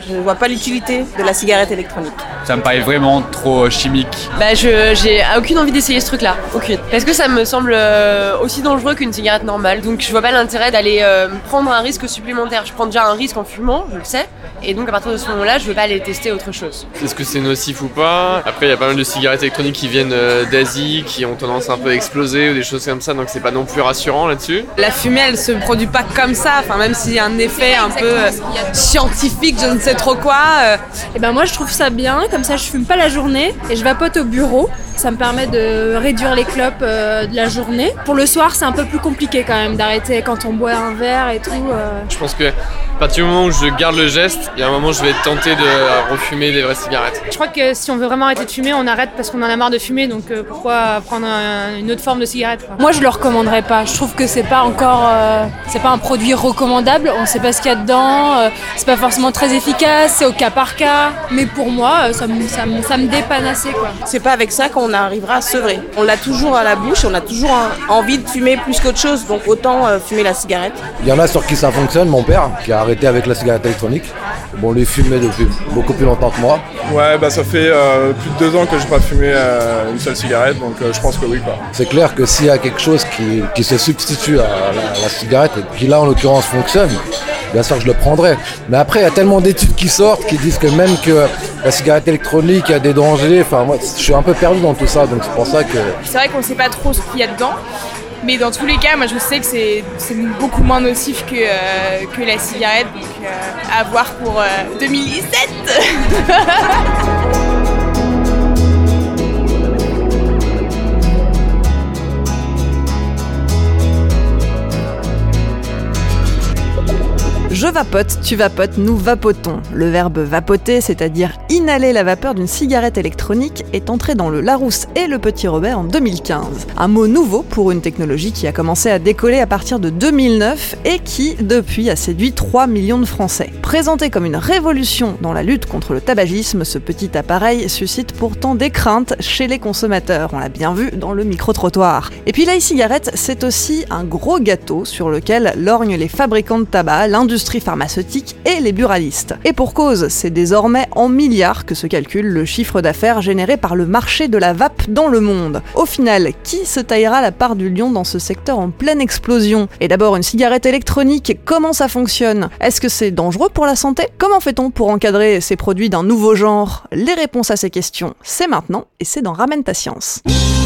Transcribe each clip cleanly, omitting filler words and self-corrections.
Je vois pas l'utilité de la cigarette électronique. Ça me paraît vraiment trop chimique. J'ai aucune envie d'essayer ce truc-là, aucune. Parce que ça me semble aussi dangereux qu'une cigarette normale. Donc je vois pas l'intérêt d'aller prendre un risque supplémentaire. Je prends déjà un risque en fumant, je le sais. Et donc à partir de ce moment-là, je veux pas aller tester autre chose. Est-ce que c'est nocif ou pas? Après, il y a pas mal de cigarettes électroniques qui viennent d'Asie, qui ont tendance un peu à exploser ou des choses comme ça, donc c'est pas non plus rassurant là-dessus. La fumée, elle se produit pas comme ça, enfin même s'il y a un effet un peu scientifique, je ne sais trop quoi. Et ben moi je trouve ça bien, comme ça je fume pas la journée et je vapote au bureau. Ça me permet de réduire les clopes de la journée. Pour le soir, c'est un peu plus compliqué quand même d'arrêter quand on boit un verre et tout. Je pense que à partir du moment où je garde le geste, il y a un moment où je vais être tenté de refumer des vraies cigarettes. Je crois que si on veut vraiment arrêter de fumer, on arrête parce qu'on en a marre de fumer, donc pourquoi prendre une autre forme de cigarette, quoi. Moi je le recommanderais pas, je trouve que c'est pas encore c'est pas un produit recommandable, on sait pas ce qu'il y a dedans, c'est pas forcément très efficace, c'est au cas par cas, mais pour moi ça me dépanne assez quoi. C'est pas avec ça qu'on arrivera à sevrer. On l'a toujours à la bouche, on a toujours envie de fumer plus qu'autre chose, donc autant fumer la cigarette. Il y en a sur qui ça fonctionne, mon père qui a arrêté avec la cigarette électronique. Bon, lui fumait depuis beaucoup plus longtemps que moi. Ouais, ça fait plus de 2 ans que j'ai pas fumé une seule cigarette, donc je pense que oui quoi. C'est clair que s'il y a quelque chose qui se substitue à la cigarette et qui là en l'occurrence fonctionne, bien sûr que je le prendrais. Mais après il y a tellement d'études qui sortent qui disent que même que la cigarette électronique a des dangers, enfin moi je suis un peu perdu dans tout ça, donc c'est pour ça que... C'est vrai qu'on sait pas trop ce qu'il y a dedans, mais dans tous les cas, moi je sais que c'est beaucoup moins nocif que la cigarette, donc à voir pour 2017. Je vapote, tu vapotes, nous vapotons. Le verbe vapoter, c'est-à-dire inhaler la vapeur d'une cigarette électronique, est entré dans le Larousse et le Petit Robert en 2015. Un mot nouveau pour une technologie qui a commencé à décoller à partir de 2009 et qui, depuis, a séduit 3 millions de Français. Présenté comme une révolution dans la lutte contre le tabagisme, ce petit appareil suscite pourtant des craintes chez les consommateurs. On l'a bien vu dans le micro-trottoir. Et puis l'e-cigarette, c'est aussi un gros gâteau sur lequel lorgnent les fabricants de tabac, l'industrie pharmaceutique et les buralistes. Et pour cause, c'est désormais en milliards que se calcule le chiffre d'affaires généré par le marché de la vape dans le monde. Au final, qui se taillera la part du lion dans ce secteur en pleine explosion? Et d'abord, une cigarette électronique, comment ça fonctionne? Est-ce que c'est dangereux pour la santé? Comment fait-on pour encadrer ces produits d'un nouveau genre? Les réponses à ces questions, c'est maintenant et c'est dans Ramène ta science.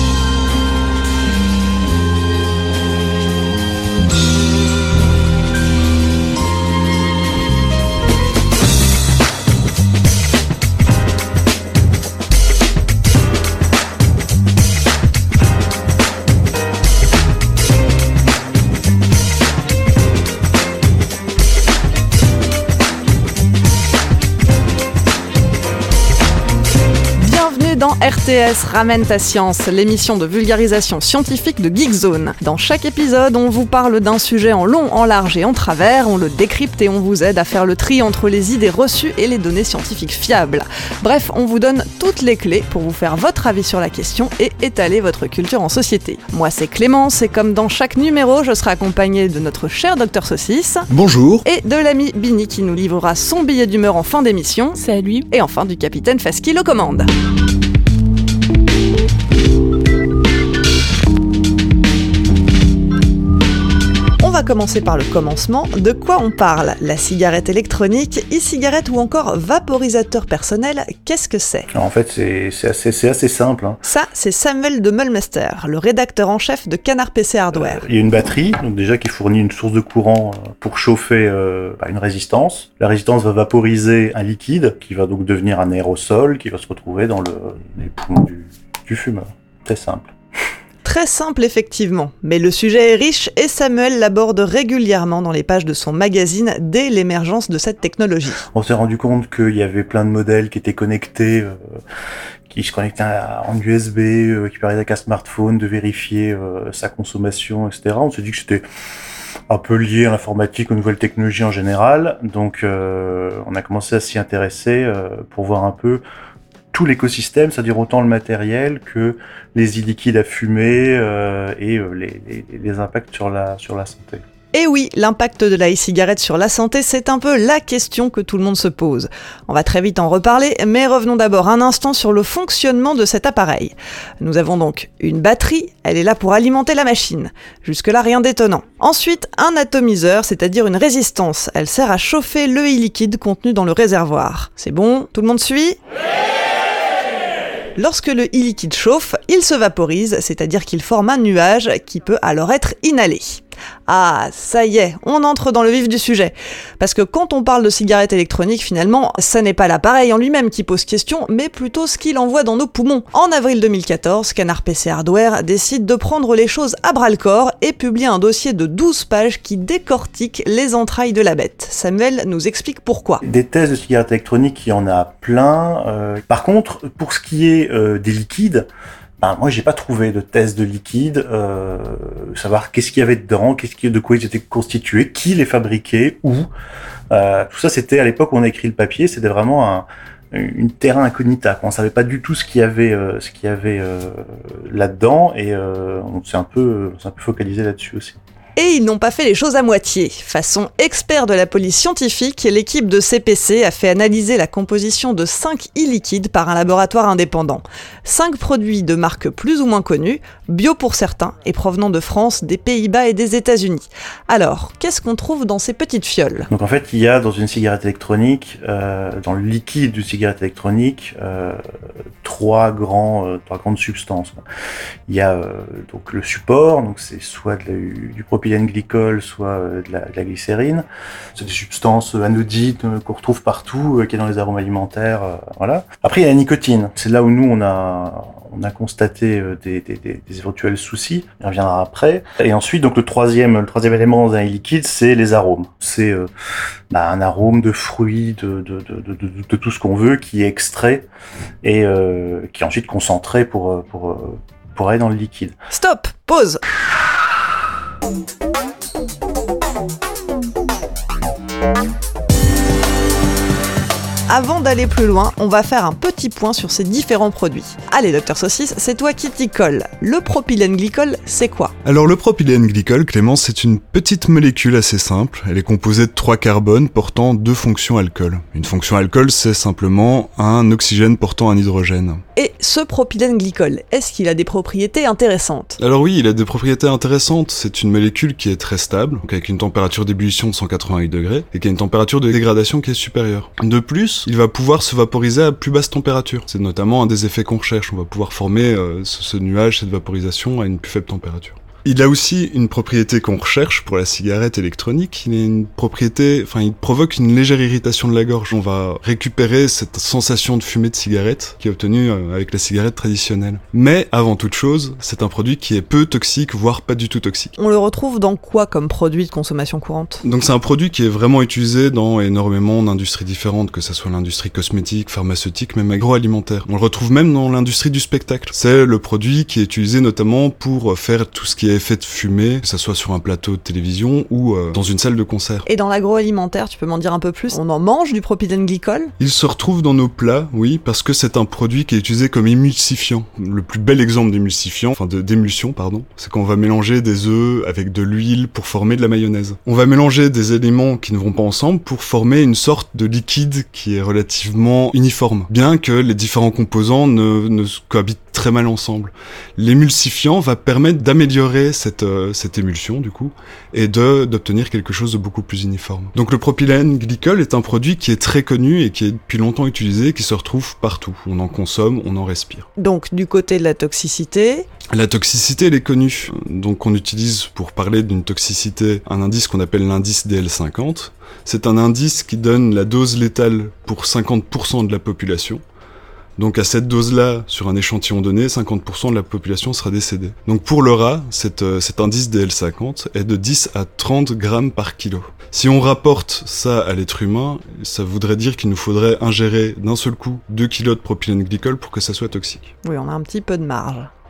Dans RTS Ramène ta science, l'émission de vulgarisation scientifique de Geekzone. Dans chaque épisode, on vous parle d'un sujet en long, en large et en travers, on le décrypte et on vous aide à faire le tri entre les idées reçues et les données scientifiques fiables. Bref, on vous donne toutes les clés pour vous faire votre avis sur la question et étaler votre culture en société. Moi c'est Clémence et comme dans chaque numéro, je serai accompagnée de notre cher Dr Saucisse. Bonjour. Et de l'ami Bini qui nous livrera son billet d'humeur en fin d'émission. Salut. Et enfin du capitaine Faskil aux commandes. On va commencer par le commencement. De quoi on parle? La cigarette électronique, e-cigarette ou encore vaporisateur personnel, qu'est-ce que c'est? Alors en fait, c'est assez simple. Ça, c'est Samuel de Mulmester, le rédacteur en chef de Canard PC Hardware. Il y a une batterie, donc déjà qui fournit une source de courant pour chauffer une résistance. La résistance va vaporiser un liquide qui va donc devenir un aérosol qui va se retrouver dans les poumons du fumeur. Très simple. Très simple effectivement, mais le sujet est riche et Samuel l'aborde régulièrement dans les pages de son magazine dès l'émergence de cette technologie. On s'est rendu compte qu'il y avait plein de modèles qui étaient connectés, qui se connectaient en USB, qui permettaient qu'un smartphone de vérifier sa consommation, etc. On s'est dit que c'était un peu lié à l'informatique, aux nouvelles technologies en général, donc on a commencé à s'y intéresser pour voir un peu tout l'écosystème, c'est-à-dire autant le matériel que les liquides à fumer et les impacts sur la santé. Et oui, l'impact de la e-cigarette sur la santé, c'est un peu la question que tout le monde se pose. On va très vite en reparler, mais revenons d'abord un instant sur le fonctionnement de cet appareil. Nous avons donc une batterie, elle est là pour alimenter la machine. Jusque-là, rien d'étonnant. Ensuite, un atomiseur, c'est-à-dire une résistance. Elle sert à chauffer le e-liquide contenu dans le réservoir. C'est bon, tout le monde suit ? Lorsque le e-liquide chauffe, il se vaporise, c'est-à-dire qu'il forme un nuage qui peut alors être inhalé. Ah, ça y est, on entre dans le vif du sujet. Parce que quand on parle de cigarette électronique, finalement, ça n'est pas l'appareil en lui-même qui pose question, mais plutôt ce qu'il envoie dans nos poumons. En avril 2014, Canard PC Hardware décide de prendre les choses à bras-le-corps et publie un dossier de 12 pages qui décortique les entrailles de la bête. Samuel nous explique pourquoi. Des tests de cigarettes électroniques, il y en a plein. Par contre, pour ce qui est des liquides, moi j'ai pas trouvé de test de liquide, savoir qu'est-ce qu'il y avait dedans, de quoi ils étaient constitués, qui les fabriquait, où. Tout ça c'était à l'époque où on a écrit le papier, c'était vraiment une terra incognita. On savait pas du tout ce qu'il y avait là-dedans et on s'est un peu focalisé là-dessus aussi. Et ils n'ont pas fait les choses à moitié. Façon expert de la police scientifique, l'équipe de CPC a fait analyser la composition de 5 e-liquides par un laboratoire indépendant. 5 produits de marques plus ou moins connues, bio pour certains, et provenant de France, des Pays-Bas et des États-Unis. Alors, qu'est-ce qu'on trouve dans ces petites fioles ? Donc en fait, il y a dans une cigarette électronique, dans le liquide d'une cigarette électronique, trois grandes substances. Il y a donc le support, donc c'est soit du propylène glycol, soit de la glycérine. C'est des substances anodines qu'on retrouve partout, qui est dans les arômes alimentaires, voilà. Après, il y a la nicotine. C'est là où nous, on a constaté des éventuels soucis. On y reviendra après. Et ensuite, donc le troisième élément dans un liquide, c'est les arômes. C'est un arôme de fruits, de tout ce qu'on veut, qui est extrait et qui est ensuite concentré pour aller dans le liquide. Stop, pause. Avant d'aller plus loin, on va faire un petit point sur ces différents produits. Allez, Dr Saucisse, c'est toi qui t'y colle. Le propylène glycol, c'est quoi ? Alors le propylène glycol, Clémence, c'est une petite molécule assez simple. Elle est composée de 3 carbones portant 2 fonctions alcool. Une fonction alcool, c'est simplement un oxygène portant un hydrogène. Et ce propylène glycol, est-ce qu'il a des propriétés intéressantes ? Alors oui, il a des propriétés intéressantes. C'est une molécule qui est très stable, donc avec une température d'ébullition de 188 degrés, et qui a une température de dégradation qui est supérieure. De plus, il va pouvoir se vaporiser à plus basse température. C'est notamment un des effets qu'on recherche. On va pouvoir former ce nuage, cette vaporisation à une plus faible température. Il a aussi une propriété qu'on recherche pour la cigarette électronique. Il provoque une légère irritation de la gorge. On va récupérer cette sensation de fumée de cigarette qui est obtenue avec la cigarette traditionnelle. Mais, avant toute chose, c'est un produit qui est peu toxique, voire pas du tout toxique. On le retrouve dans quoi comme produit de consommation courante ? Donc c'est un produit qui est vraiment utilisé dans énormément d'industries différentes, que ce soit l'industrie cosmétique, pharmaceutique, même agroalimentaire. On le retrouve même dans l'industrie du spectacle. C'est le produit qui est utilisé notamment pour faire tout ce qui est effet de fumée, que ce soit sur un plateau de télévision ou dans une salle de concert. Et dans l'agroalimentaire, tu peux m'en dire un peu plus ? On en mange du propylène glycol ? Il se retrouve dans nos plats, oui, parce que c'est un produit qui est utilisé comme émulsifiant. Le plus bel exemple d'émulsion, c'est qu'on va mélanger des œufs avec de l'huile pour former de la mayonnaise. On va mélanger des éléments qui ne vont pas ensemble pour former une sorte de liquide qui est relativement uniforme, bien que les différents composants ne cohabitent très mal ensemble. L'émulsifiant va permettre d'améliorer cette émulsion du coup et d'obtenir quelque chose de beaucoup plus uniforme. Donc le propylène glycol est un produit qui est très connu et qui est depuis longtemps utilisé, qui se retrouve partout. On en consomme, on en respire. Donc du côté de la toxicité... La toxicité, elle est connue. Donc on utilise pour parler d'une toxicité un indice qu'on appelle l'indice DL50. C'est un indice qui donne la dose létale pour 50% de la population. Donc à cette dose-là, sur un échantillon donné, 50% de la population sera décédée. Donc pour le rat, cet indice DL50 est de 10 à 30 grammes par kilo. Si on rapporte ça à l'être humain, ça voudrait dire qu'il nous faudrait ingérer d'un seul coup 2 kilos de propylène glycol pour que ça soit toxique. Oui, on a un petit peu de marge.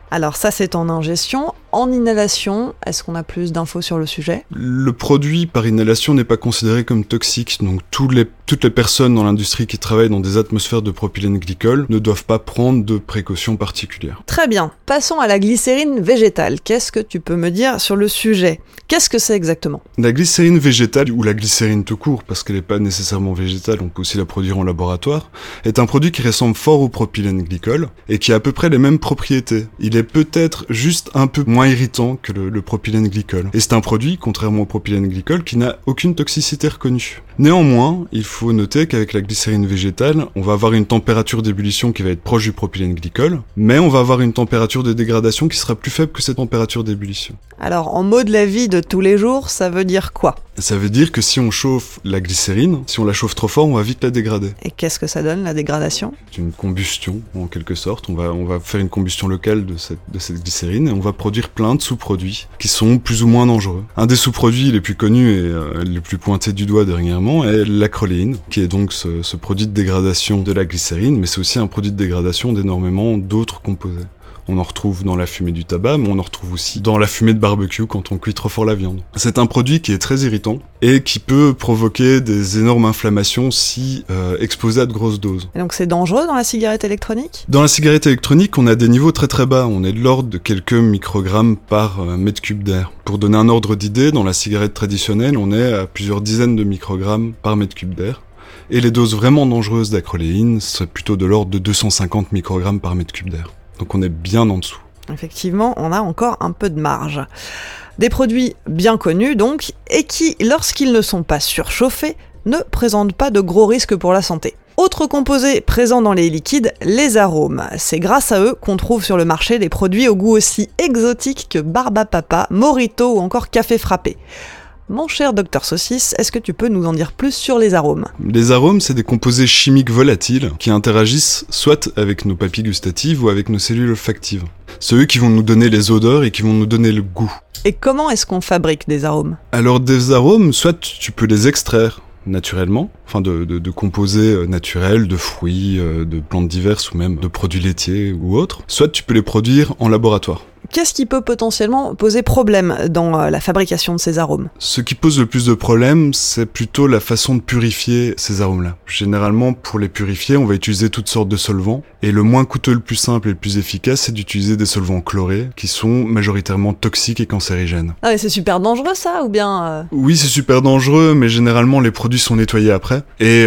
Alors ça, c'est en ingestion. En inhalation, est-ce qu'on a plus d'infos sur le sujet ? Le produit par inhalation n'est pas considéré comme toxique, donc toutes les personnes dans l'industrie qui travaillent dans des atmosphères de propylène glycol ne doivent pas prendre de précautions particulières. Très bien, passons à la glycérine végétale. Qu'est-ce que tu peux me dire sur le sujet ? Qu'est-ce que c'est exactement ? La glycérine végétale, ou la glycérine tout court, parce qu'elle n'est pas nécessairement végétale, on peut aussi la produire en laboratoire, est un produit qui ressemble fort au propylène glycol et qui a à peu près les mêmes propriétés. Il est peut-être juste un peu moins irritant que le propylène glycol. Et c'est un produit, contrairement au propylène glycol, qui n'a aucune toxicité reconnue. Néanmoins, il faut noter qu'avec la glycérine végétale, on va avoir une température d'ébullition qui va être proche du propylène glycol, mais on va avoir une température de dégradation qui sera plus faible que cette température d'ébullition. Alors, en mots de la vie de tous les jours, ça veut dire quoi ? Ça veut dire que si on chauffe la glycérine, si on la chauffe trop fort, on va vite la dégrader. Et qu'est-ce que ça donne, la dégradation ? C'est une combustion, en quelque sorte. On va faire une combustion locale de cette glycérine et on va produire plein de sous-produits qui sont plus ou moins dangereux. Un des sous-produits les plus connus et les plus pointés du doigt dernièrement est l'acroléine, qui est donc ce produit de dégradation de la glycérine, mais c'est aussi un produit de dégradation d'énormément d'autres composés. On en retrouve dans la fumée du tabac, mais on en retrouve aussi dans la fumée de barbecue quand on cuit trop fort la viande. C'est un produit qui est très irritant et qui peut provoquer des énormes inflammations si exposé à de grosses doses. Et donc c'est dangereux dans la cigarette électronique ? Dans la cigarette électronique, on a des niveaux très très bas. On est de l'ordre de quelques microgrammes par mètre cube d'air. Pour donner un ordre d'idée, dans la cigarette traditionnelle, on est à plusieurs dizaines de microgrammes par mètre cube d'air. Et les doses vraiment dangereuses d'acroléine seraient plutôt de l'ordre de 250 microgrammes par mètre cube d'air. Donc on est bien en dessous. Effectivement, on a encore un peu de marge. Des produits bien connus donc, et qui, lorsqu'ils ne sont pas surchauffés, ne présentent pas de gros risques pour la santé. Autre composé présent dans les liquides, les arômes. C'est grâce à eux qu'on trouve sur le marché des produits au goût aussi exotiques que barbe à papa, mojito ou encore café frappé. Mon cher docteur Saucisse, est-ce que tu peux nous en dire plus sur les arômes ? Les arômes, c'est des composés chimiques volatiles qui interagissent soit avec nos papilles gustatives ou avec nos cellules olfactives. C'est eux qui vont nous donner les odeurs et qui vont nous donner le goût. Et comment est-ce qu'on fabrique des arômes ? Alors des arômes, soit tu peux les extraire naturellement, enfin de composés naturels, de fruits, de plantes diverses ou même de produits laitiers ou autres, soit tu peux les produire en laboratoire. Qu'est-ce qui peut potentiellement poser problème dans la fabrication de ces arômes ? Ce qui pose le plus de problèmes, c'est plutôt la façon de purifier ces arômes-là. Généralement, pour les purifier, on va utiliser toutes sortes de solvants. Et le moins coûteux, le plus simple et le plus efficace, c'est d'utiliser des solvants chlorés, qui sont majoritairement toxiques et cancérigènes. Ah mais c'est super dangereux ça, ou bien Oui, c'est super dangereux, mais généralement les produits sont nettoyés après. Et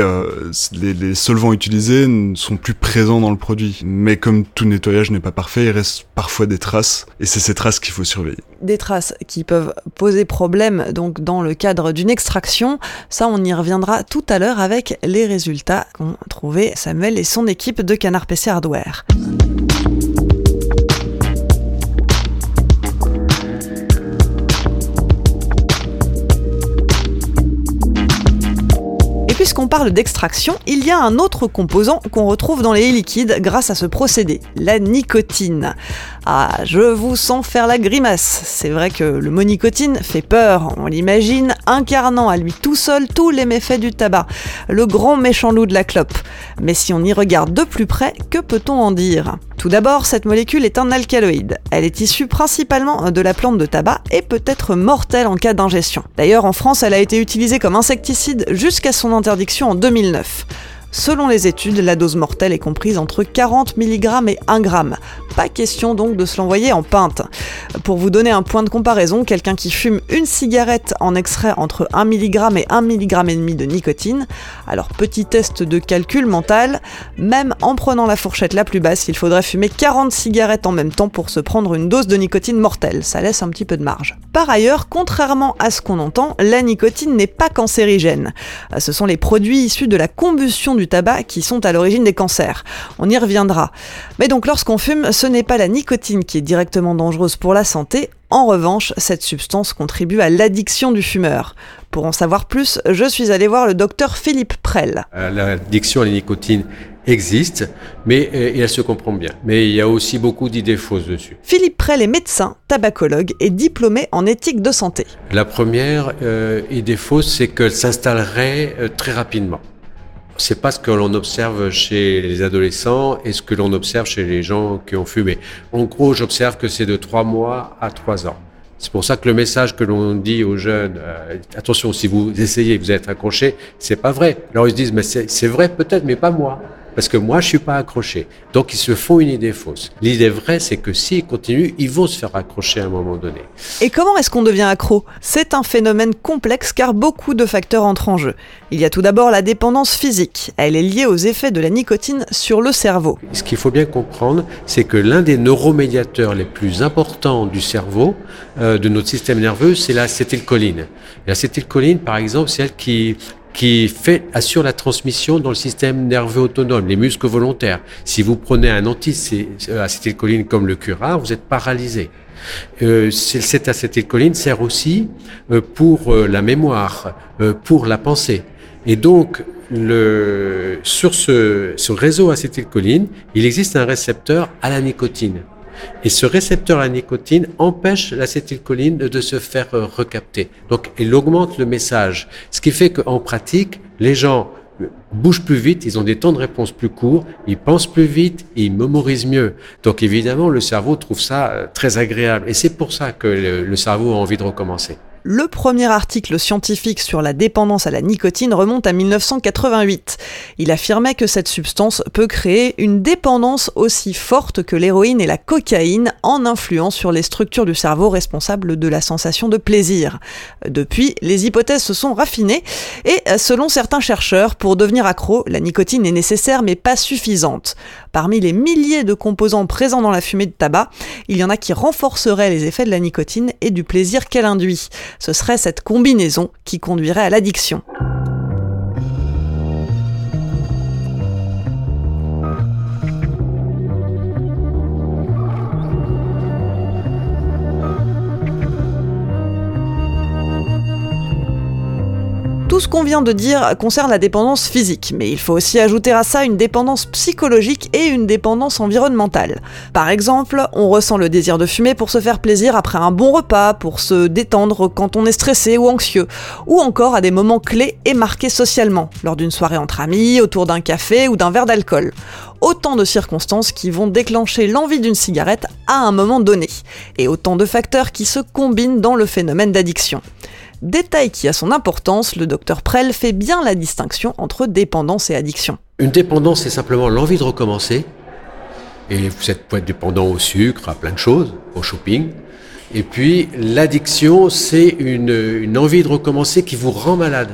les solvants utilisés ne sont plus présents dans le produit. Mais comme tout nettoyage n'est pas parfait, il reste parfois des traces. Et c'est ces traces qu'il faut surveiller. Des traces qui peuvent poser problème donc dans le cadre d'une extraction. Ça, on y reviendra tout à l'heure avec les résultats qu'ont trouvé Samuel et son équipe de Canard PC Hardware. Et puisqu'on parle d'extraction, il y a un autre composant qu'on retrouve dans les liquides grâce à ce procédé, la nicotine. Ah, je vous sens faire la grimace. C'est vrai que le mot nicotine fait peur. On l'imagine incarnant à lui tout seul tous les méfaits du tabac, le grand méchant loup de la clope. Mais si on y regarde de plus près, que peut-on en dire ? Tout d'abord, cette molécule est un alcaloïde. Elle est issue principalement de la plante de tabac et peut être mortelle en cas d'ingestion. D'ailleurs, en France, elle a été utilisée comme insecticide jusqu'à son interdiction en 2009. Selon les études, la dose mortelle est comprise entre 40 mg et 1 g. Pas question donc de se l'envoyer en pinte. Pour vous donner un point de comparaison, quelqu'un qui fume une cigarette en extrait entre 1 mg et 1,5 mg de nicotine. Alors petit test de calcul mental, même en prenant la fourchette la plus basse, il faudrait fumer 40 cigarettes en même temps pour se prendre une dose de nicotine mortelle. Ça laisse un petit peu de marge. Par ailleurs, contrairement à ce qu'on entend, la nicotine n'est pas cancérigène. Ce sont les produits issus de la combustion du tabac qui sont à l'origine des cancers. On y reviendra. Mais donc lorsqu'on fume, ce n'est pas la nicotine qui est directement dangereuse pour la santé. En revanche, cette substance contribue à l'addiction du fumeur. Pour en savoir plus, je suis allé voir le docteur Philippe Prel. L'addiction à la nicotine existe, mais elle se comprend bien. Mais il y a aussi beaucoup d'idées fausses dessus. Philippe Prel est médecin, tabacologue et diplômé en éthique de santé. La première idée fausse, c'est qu'elle s'installerait très rapidement. C'est pas ce que l'on observe chez les adolescents et ce que l'on observe chez les gens qui ont fumé. En gros, j'observe que c'est de 3 mois à 3 ans. C'est pour ça que le message que l'on dit aux jeunes, attention, si vous essayez, vous êtes accroché, c'est pas vrai. Alors ils se disent, mais c'est vrai peut-être, mais pas moi. Parce que moi, je suis pas accroché. Donc, ils se font une idée fausse. L'idée vraie, c'est que s'ils continuent, ils vont se faire accrocher à un moment donné. Et comment est-ce qu'on devient accro ? C'est un phénomène complexe car beaucoup de facteurs entrent en jeu. Il y a tout d'abord la dépendance physique. Elle est liée aux effets de la nicotine sur le cerveau. Ce qu'il faut bien comprendre, c'est que l'un des neuromédiateurs les plus importants du cerveau, de notre système nerveux, c'est l'acétylcholine. Et l'acétylcholine, par exemple, c'est elle qui assure la transmission dans le système nerveux autonome, les muscles volontaires. Si vous prenez un anti-acétylcholine comme le curare, vous êtes paralysé. Cette acétylcholine sert aussi pour la mémoire, pour la pensée. Et donc, sur ce réseau acétylcholine, il existe un récepteur à la nicotine. Et ce récepteur à la nicotine empêche l'acétylcholine de se faire recapter. Donc, il augmente le message. Ce qui fait qu'en pratique, les gens bougent plus vite, ils ont des temps de réponse plus courts, ils pensent plus vite, et ils mémorisent mieux. Donc, évidemment, le cerveau trouve ça très agréable. Et c'est pour ça que le cerveau a envie de recommencer. Le premier article scientifique sur la dépendance à la nicotine remonte à 1988. Il affirmait que cette substance peut créer une dépendance aussi forte que l'héroïne et la cocaïne en influant sur les structures du cerveau responsables de la sensation de plaisir. Depuis, les hypothèses se sont raffinées et selon certains chercheurs, pour devenir accro, la nicotine est nécessaire mais pas suffisante. Parmi les milliers de composants présents dans la fumée de tabac, il y en a qui renforceraient les effets de la nicotine et du plaisir qu'elle induit. Ce serait cette combinaison qui conduirait à l'addiction. Tout ce qu'on vient de dire concerne la dépendance physique, mais il faut aussi ajouter à ça une dépendance psychologique et une dépendance environnementale. Par exemple, on ressent le désir de fumer pour se faire plaisir après un bon repas, pour se détendre quand on est stressé ou anxieux, ou encore à des moments clés et marqués socialement, lors d'une soirée entre amis, autour d'un café ou d'un verre d'alcool. Autant de circonstances qui vont déclencher l'envie d'une cigarette à un moment donné, et autant de facteurs qui se combinent dans le phénomène d'addiction. Détail qui a son importance, le docteur Prell fait bien la distinction entre dépendance et addiction. Une dépendance, c'est simplement l'envie de recommencer. Et vous pouvez être dépendant au sucre, à plein de choses, au shopping. Et puis, l'addiction, c'est une envie de recommencer qui vous rend malade.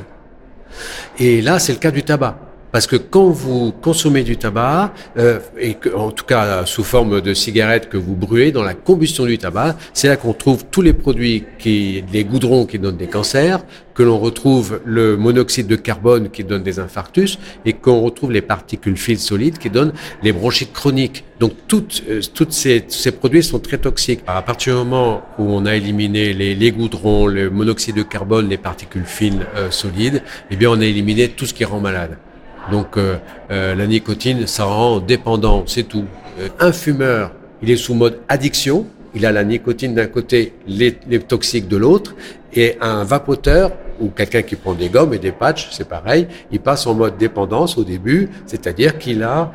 Et là, c'est le cas du tabac. Parce que quand vous consommez du tabac, et que, en tout cas sous forme de cigarette que vous brûlez, dans la combustion du tabac, c'est là qu'on trouve tous les produits, les goudrons qui donnent des cancers, que l'on retrouve le monoxyde de carbone qui donne des infarctus, et qu'on retrouve les particules fines solides qui donnent les bronchites chroniques. Donc tous ces produits sont très toxiques. À partir du moment où on a éliminé les goudrons, le monoxyde de carbone, les particules fines solides, eh bien on a éliminé tout ce qui rend malade. Donc la nicotine, ça rend dépendant, c'est tout. Un fumeur, il est sous mode addiction, il a la nicotine d'un côté, les toxiques de l'autre, et un vapoteur, ou quelqu'un qui prend des gommes et des patchs, c'est pareil, il passe en mode dépendance au début, c'est-à-dire qu'il a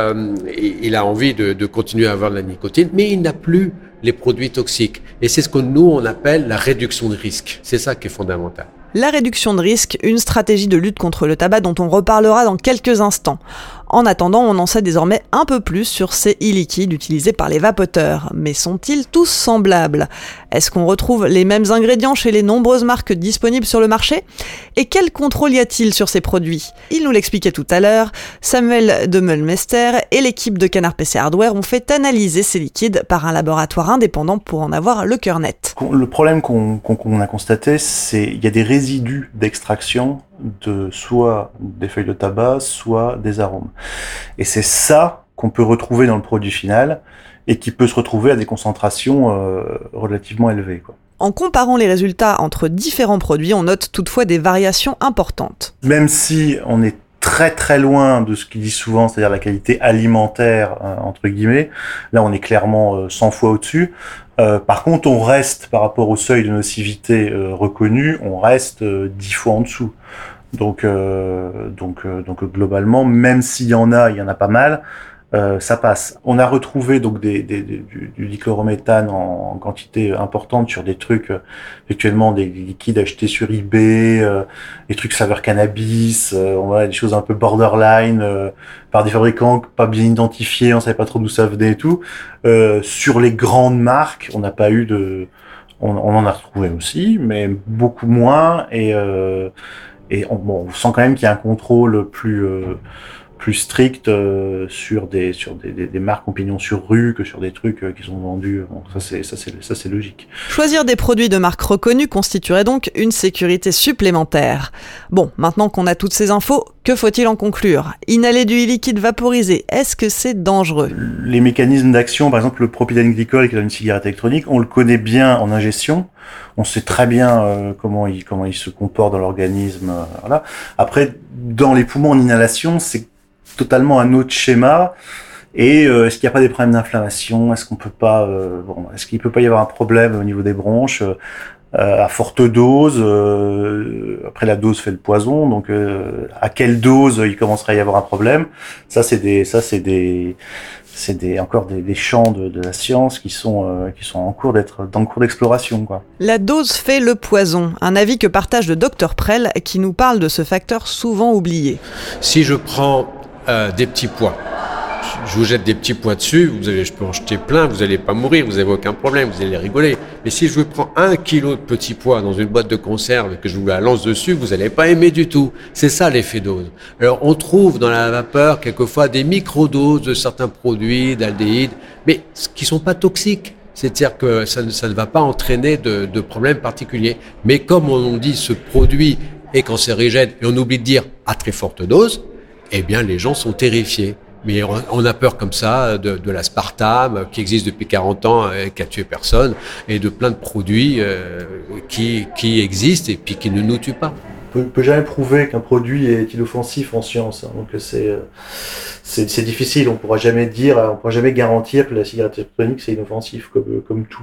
envie de continuer à avoir de la nicotine, mais il n'a plus les produits toxiques. Et c'est ce que nous, on appelle la réduction de risque. C'est ça qui est fondamental. La réduction de risque, une stratégie de lutte contre le tabac dont on reparlera dans quelques instants. En attendant, on en sait désormais un peu plus sur ces e-liquides utilisés par les vapoteurs. Mais sont-ils tous semblables ? Est-ce qu'on retrouve les mêmes ingrédients chez les nombreuses marques disponibles sur le marché ? Et quel contrôle y a-t-il sur ces produits ? Il nous l'expliquait tout à l'heure, Samuel Demmelmester et l'équipe de Canard PC Hardware ont fait analyser ces liquides par un laboratoire indépendant pour en avoir le cœur net. Le problème qu'on a constaté, c'est qu'il y a des résidus d'extraction de soit des feuilles de tabac, soit des arômes. Et c'est ça qu'on peut retrouver dans le produit final et qui peut se retrouver à des concentrations relativement élevées, quoi. En comparant les résultats entre différents produits, on note toutefois des variations importantes. Même si on est très très loin de ce qu'ils disent souvent, c'est-à-dire la qualité alimentaire, entre guillemets, là on est clairement 100 fois au-dessus. Par contre, on reste, par rapport au seuil de nocivité reconnu, on reste 10 fois en dessous. Donc globalement, même s'il y en a pas mal, ça passe. On a retrouvé donc du dichlorométhane en quantité importante sur des trucs, actuellement des liquides achetés sur eBay, des trucs saveur cannabis, voilà, des choses un peu borderline, par des fabricants pas bien identifiés, on savait pas trop d'où ça venait et tout. Sur les grandes marques, on n'a pas eu on en a retrouvé aussi, mais beaucoup moins, et on sent quand même qu'il y a un contrôle plus strict sur des marques en pignon sur rue que sur des trucs qui sont vendus. Bon, ça c'est logique. Choisir des produits de marques reconnues constituerait donc une sécurité supplémentaire. Bon, maintenant qu'on a toutes ces infos, que faut-il en conclure ? Inhaler du liquide vaporisé, est-ce que c'est dangereux ? Les mécanismes d'action, par exemple le propylène-glycol qui est dans une cigarette électronique, on le connaît bien en ingestion. On sait très bien comment il se comporte dans l'organisme. Voilà. Après, dans les poumons en inhalation, c'est totalement un autre schéma. Et est-ce qu'il n'y a pas des problèmes d'inflammation ? Est-ce qu'il peut pas y avoir un problème au niveau des bronches à forte dose? Après, la dose fait le poison. Donc, à quelle dose il commencerait à y avoir un problème ? Ça, c'est encore des champs de la science qui sont en cours d'exploration, quoi. La dose fait le poison. Un avis que partage le Dr Prel qui nous parle de ce facteur souvent oublié. Si je prends des petits pois, je vous jette des petits pois dessus, je peux en jeter plein, vous n'allez pas mourir, vous n'avez aucun problème, vous allez rigoler. Mais si je vous prends 1 kilo de petits pois dans une boîte de conserve et que je vous la lance dessus, vous n'allez pas aimer du tout. C'est ça l'effet dose. Alors on trouve dans la vapeur quelquefois des microdoses de certains produits, d'aldéhydes, mais qui sont pas toxiques. C'est-à-dire que ça ne va pas entraîner de problèmes particuliers. Mais comme on dit ce produit est cancérigène et on oublie de dire à très forte dose, eh bien les gens sont terrifiés. Mais on a peur comme ça de l'aspartame qui existe depuis 40 ans et qui a tué personne, et de plein de produits qui existent et puis qui ne nous tuent pas. On peut jamais prouver qu'un produit est inoffensif en science, hein. Donc c'est difficile. On pourra jamais garantir que la cigarette électronique c'est inoffensif comme tout.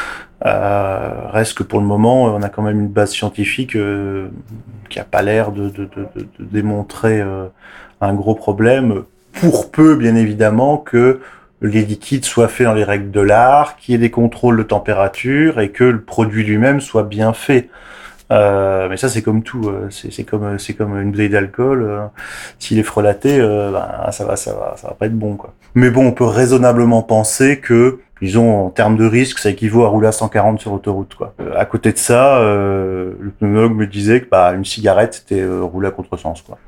Reste que pour le moment, on a quand même une base scientifique qui a pas l'air de démontrer un gros problème. Pour peu, bien évidemment, que les liquides soient faits dans les règles de l'art, qu'il y ait des contrôles de température et que le produit lui-même soit bien fait. Mais ça, c'est comme tout. C'est comme une bouteille d'alcool. S'il est frelaté, ça va pas être bon, quoi. Mais bon, on peut raisonnablement penser que, disons, en termes de risque, ça équivaut à rouler à 140 sur autoroute, quoi. À côté de ça, le pneumologue me disait que une cigarette, c'était rouler à contresens, quoi.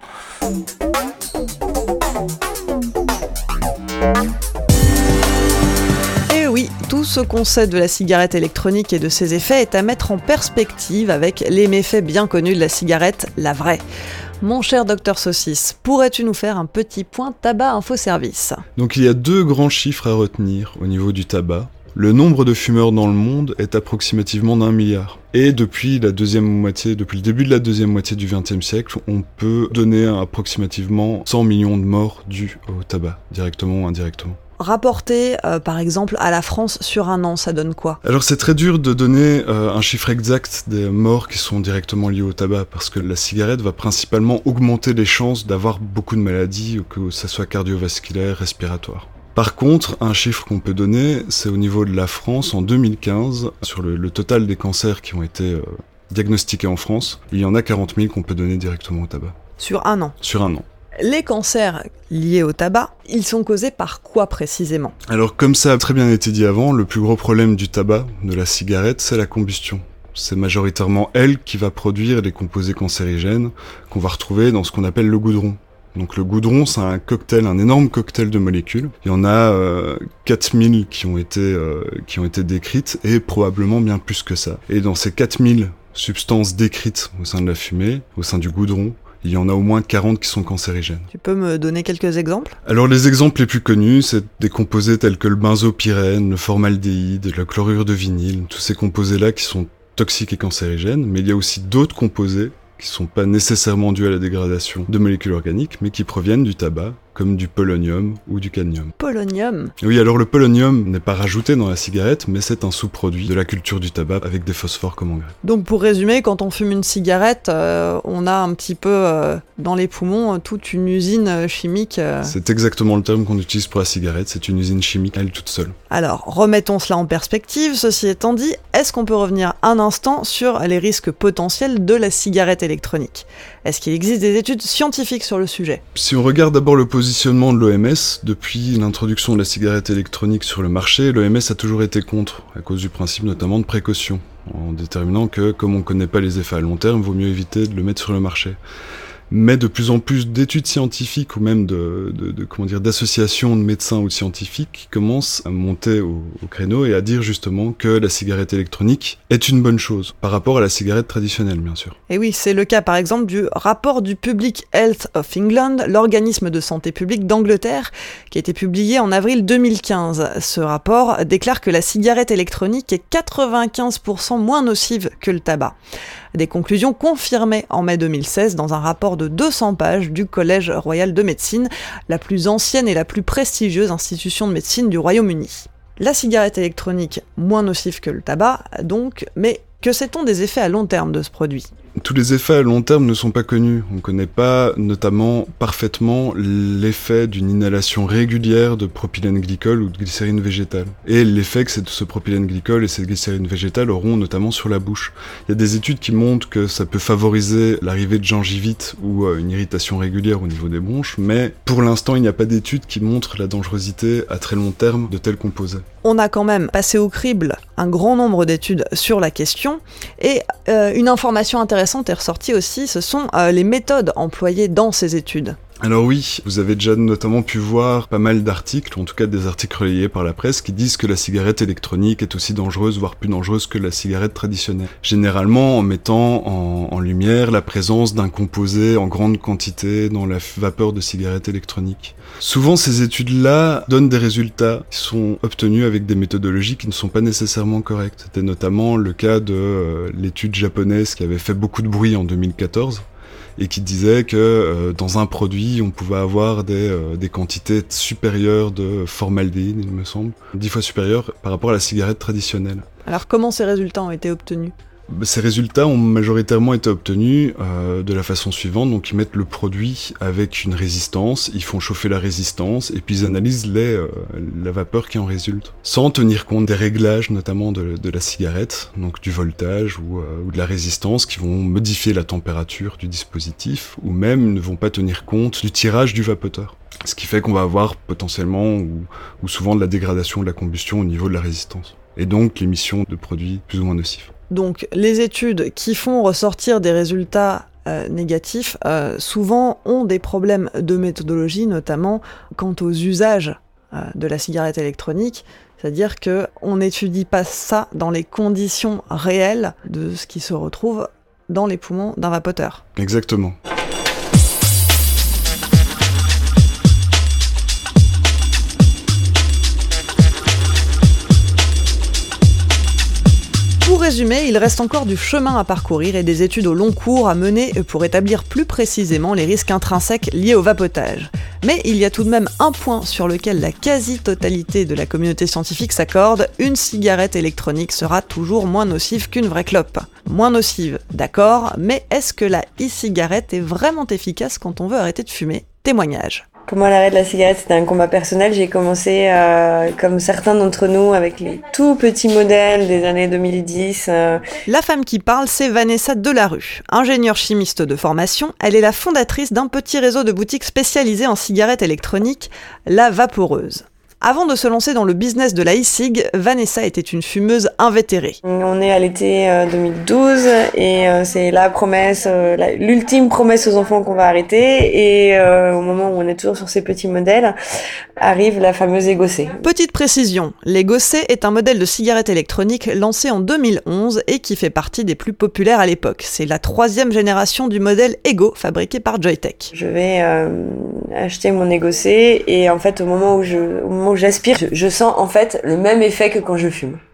Et oui, tout ce qu'on sait de la cigarette électronique et de ses effets est à mettre en perspective avec les méfaits bien connus de la cigarette, la vraie. Mon cher Dr Saucisse, pourrais-tu nous faire un petit point tabac infoservice ? Donc il y a 2 grands chiffres à retenir au niveau du tabac. Le nombre de fumeurs dans le monde est approximativement d'1 milliard. Et depuis le début de la deuxième moitié du XXe siècle, on peut donner approximativement 100 millions de morts dus au tabac, directement ou indirectement. Rapporté, par exemple, à la France sur un an, ça donne quoi ? Alors c'est très dur de donner un chiffre exact des morts qui sont directement liés au tabac, parce que la cigarette va principalement augmenter les chances d'avoir beaucoup de maladies, que ça soit cardiovasculaire, respiratoire. Par contre, un chiffre qu'on peut donner, c'est au niveau de la France, en 2015, sur le total des cancers qui ont été diagnostiqués en France, il y en a 40 000 qu'on peut donner directement au tabac. Sur un an ? Sur un an. Les cancers liés au tabac, ils sont causés par quoi précisément ? Alors comme ça a très bien été dit avant, le plus gros problème du tabac, de la cigarette, c'est la combustion. C'est majoritairement elle qui va produire les composés cancérigènes qu'on va retrouver dans ce qu'on appelle le goudron. Donc le goudron, c'est un énorme cocktail de molécules. Il y en a 4000 qui ont été décrites et probablement bien plus que ça. Et dans ces 4000 substances décrites au sein de la fumée, au sein du goudron, il y en a au moins 40 qui sont cancérigènes. Tu peux me donner quelques exemples ? Alors les exemples les plus connus, c'est des composés tels que le benzopyrène, le formaldéhyde, le chlorure de vinyle, tous ces composés-là qui sont toxiques et cancérigènes, mais il y a aussi d'autres composés qui sont pas nécessairement dus à la dégradation de molécules organiques, mais qui proviennent du tabac comme du polonium ou du cadmium. Polonium? Oui, alors le polonium n'est pas rajouté dans la cigarette, mais c'est un sous-produit de la culture du tabac avec des phosphores comme engrais. Donc pour résumer, quand on fume une cigarette, on a un petit peu dans les poumons toute une usine chimique. C'est exactement le terme qu'on utilise pour la cigarette, c'est une usine chimique, elle toute seule. Alors, remettons cela en perspective, ceci étant dit, est-ce qu'on peut revenir un instant sur les risques potentiels de la cigarette électronique? Est-ce qu'il existe des études scientifiques sur le sujet? Si on regarde d'abord le positionnement de l'OMS, depuis l'introduction de la cigarette électronique sur le marché, l'OMS a toujours été contre, à cause du principe notamment de précaution, en déterminant que, comme on ne connaît pas les effets à long terme, il vaut mieux éviter de le mettre sur le marché. Mais de plus en plus d'études scientifiques ou même d'associations de médecins ou de scientifiques qui commencent à monter au créneau et à dire justement que la cigarette électronique est une bonne chose par rapport à la cigarette traditionnelle, bien sûr. Et oui, c'est le cas par exemple du rapport du Public Health of England, l'organisme de santé publique d'Angleterre, qui a été publié en avril 2015. Ce rapport déclare que la cigarette électronique est 95% moins nocive que le tabac. Des conclusions confirmées en mai 2016 dans un rapport de 200 pages du Collège royal de médecine, la plus ancienne et la plus prestigieuse institution de médecine du Royaume-Uni. La cigarette électronique, moins nocive que le tabac, donc, mais que sait-on des effets à long terme de ce produit ? Tous les effets à long terme ne sont pas connus. On ne connaît pas notamment parfaitement l'effet d'une inhalation régulière de propylène glycol ou de glycérine végétale. Et l'effet que ce propylène glycol et cette glycérine végétale auront notamment sur la bouche. Il y a des études qui montrent que ça peut favoriser l'arrivée de gingivite ou une irritation régulière au niveau des bronches, mais pour l'instant il n'y a pas d'études qui montrent la dangerosité à très long terme de tels composés. On a quand même passé au crible un grand nombre d'études sur la question, et une information intéressante est ressortie aussi, ce sont les méthodes employées dans ces études. Alors oui, vous avez déjà notamment pu voir pas mal d'articles, en tout cas des articles relayés par la presse, qui disent que la cigarette électronique est aussi dangereuse, voire plus dangereuse que la cigarette traditionnelle. Généralement en mettant en lumière la présence d'un composé en grande quantité dans la vapeur de cigarette électronique. Souvent ces études-là donnent des résultats qui sont obtenus avec des méthodologies qui ne sont pas nécessairement correctes. C'était notamment le cas de l'étude japonaise qui avait fait beaucoup de bruit en 2014. Et qui disait que dans un produit, on pouvait avoir des quantités supérieures de formaldéhyde, il me semble, 10 fois supérieures par rapport à la cigarette traditionnelle. Alors comment ces résultats ont été obtenus ? Ces résultats ont majoritairement été obtenus de la façon suivante. Donc ils mettent le produit avec une résistance, ils font chauffer la résistance et puis ils analysent la vapeur qui en résulte, sans tenir compte des réglages notamment de la cigarette, donc du voltage ou de la résistance qui vont modifier la température du dispositif, ou même ne vont pas tenir compte du tirage du vapoteur. Ce qui fait qu'on va avoir potentiellement ou souvent de la dégradation de la combustion au niveau de la résistance. Et donc l'émission de produits plus ou moins nocifs. Donc les études qui font ressortir des résultats négatifs souvent ont des problèmes de méthodologie, notamment quant aux usages de la cigarette électronique. C'est-à-dire qu'on n'étudie pas ça dans les conditions réelles de ce qui se retrouve dans les poumons d'un vapoteur. Exactement. Pour résumer, il reste encore du chemin à parcourir et des études au long cours à mener pour établir plus précisément les risques intrinsèques liés au vapotage. Mais il y a tout de même un point sur lequel la quasi-totalité de la communauté scientifique s'accorde, une cigarette électronique sera toujours moins nocive qu'une vraie clope. Moins nocive, d'accord, mais est-ce que la e-cigarette est vraiment efficace quand on veut arrêter de fumer ? Témoignage. Pour moi, l'arrêt de la cigarette, c'était un combat personnel. J'ai commencé, comme certains d'entre nous, avec les tout petits modèles des années 2010. La femme qui parle, c'est Vanessa Delarue. Ingénieure chimiste de formation, elle est la fondatrice d'un petit réseau de boutiques spécialisées en cigarettes électroniques, La Vaporeuse. Avant de se lancer dans le business de la e-cig, Vanessa était une fumeuse invétérée. On est à l'été 2012 et c'est la promesse, l'ultime promesse aux enfants qu'on va arrêter. Et au moment où on est toujours sur ces petits modèles, arrive la fameuse Ego C. Petite précision, l'Ego C est un modèle de cigarette électronique lancé en 2011 et qui fait partie des plus populaires à l'époque. C'est la 3e génération du modèle Ego fabriqué par Joytech. Je vais acheter mon Ego C et en fait au moment où j'aspire, je sens en fait le même effet que quand je fume.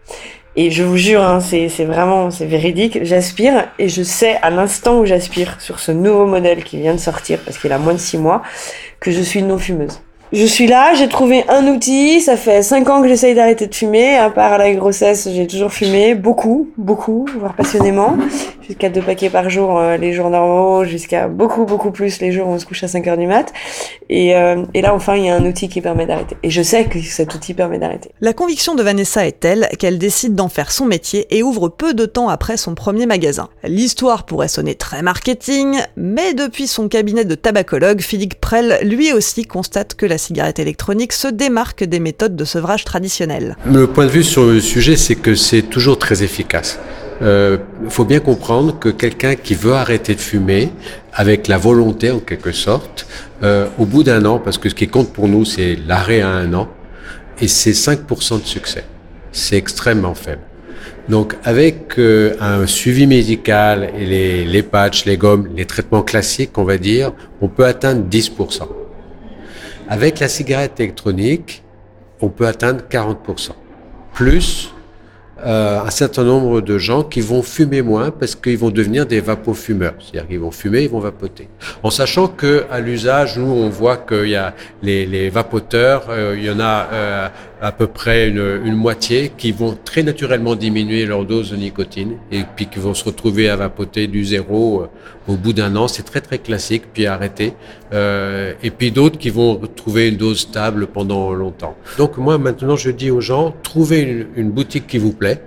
Et je vous jure, hein, c'est véridique, j'aspire et je sais à l'instant où j'aspire sur ce nouveau modèle qui vient de sortir, parce qu'il a moins de 6 mois, que je suis non-fumeuse. Je suis là, j'ai trouvé un outil, ça fait 5 ans que j'essaye d'arrêter de fumer, à part la grossesse, j'ai toujours fumé, beaucoup, voire passionnément, jusqu'à 2 paquets par jour les jours normaux, jusqu'à beaucoup plus les jours où on se couche à 5h du mat. Et là, enfin, il y a un outil qui permet d'arrêter. Et je sais que cet outil permet d'arrêter. La conviction de Vanessa est telle qu'elle décide d'en faire son métier et ouvre peu de temps après son premier magasin. L'histoire pourrait sonner très marketing, mais depuis son cabinet de tabacologue, Philippe Prel, lui aussi, constate que la cigarette électronique se démarque des méthodes de sevrage traditionnelles. Le point de vue sur le sujet, c'est que c'est toujours très efficace. Faut bien comprendre que quelqu'un qui veut arrêter de fumer, avec la volonté en quelque sorte, au bout d'1 an, parce que ce qui compte pour nous, c'est l'arrêt à 1 an, et c'est 5% de succès. C'est extrêmement faible. Donc avec un suivi médical et les patchs, les gommes, les traitements classiques, on va dire, on peut atteindre 10%. Avec la cigarette électronique, on peut atteindre 40%. Plus un certain nombre de gens qui vont fumer moins parce qu'ils vont devenir des vapofumeurs. C'est-à-dire qu'ils vont fumer, ils vont vapoter. En sachant que à l'usage, nous, on voit qu'il y a les vapoteurs, il y en a à peu près une moitié qui vont très naturellement diminuer leur dose de nicotine et puis qui vont se retrouver à vapoter du 0 au bout d'1 an. C'est très classique, puis arrêter. Et puis d'autres qui vont trouver une dose stable pendant longtemps. Donc moi, maintenant, je dis aux gens, trouvez une boutique qui vous plaît.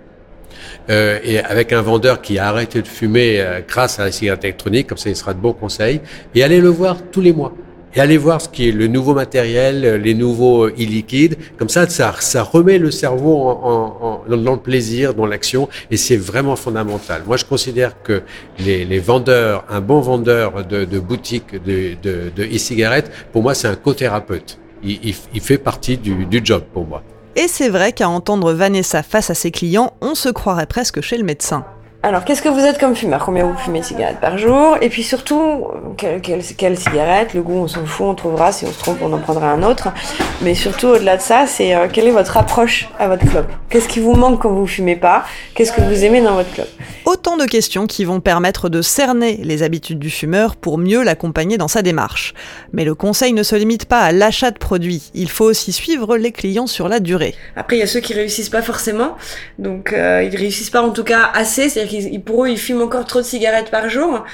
Et avec un vendeur qui a arrêté de fumer grâce à la cigarette électronique, comme ça il sera de bons conseils, et allez le voir tous les mois. Et allez voir ce qui est le nouveau matériel, les nouveaux e-liquides, comme ça remet le cerveau dans le plaisir, dans l'action, et c'est vraiment fondamental. Moi je considère que les vendeurs, un bon vendeur de boutique de e-cigarettes, pour moi c'est un co-thérapeute. Il fait partie du job pour moi. Et c'est vrai qu'à entendre Vanessa face à ses clients, on se croirait presque chez le médecin. Alors, qu'est-ce que vous êtes comme fumeur? Combien vous fumez de cigarettes par jour? Et puis surtout, quelle cigarette? Le goût, on s'en fout, on trouvera. Si on se trompe, on en prendra un autre. Mais surtout, au-delà de ça, c'est quelle est votre approche à votre clope? Qu'est-ce qui vous manque quand vous fumez pas? Qu'est-ce que vous aimez dans votre clope? Autant de questions qui vont permettre de cerner les habitudes du fumeur pour mieux l'accompagner dans sa démarche. Mais le conseil ne se limite pas à l'achat de produits. Il faut aussi suivre les clients sur la durée. Après, il y a ceux qui réussissent pas forcément. Donc, ils réussissent pas en tout cas assez. C'est-à-dire pour eux, ils fument encore trop de cigarettes par jour.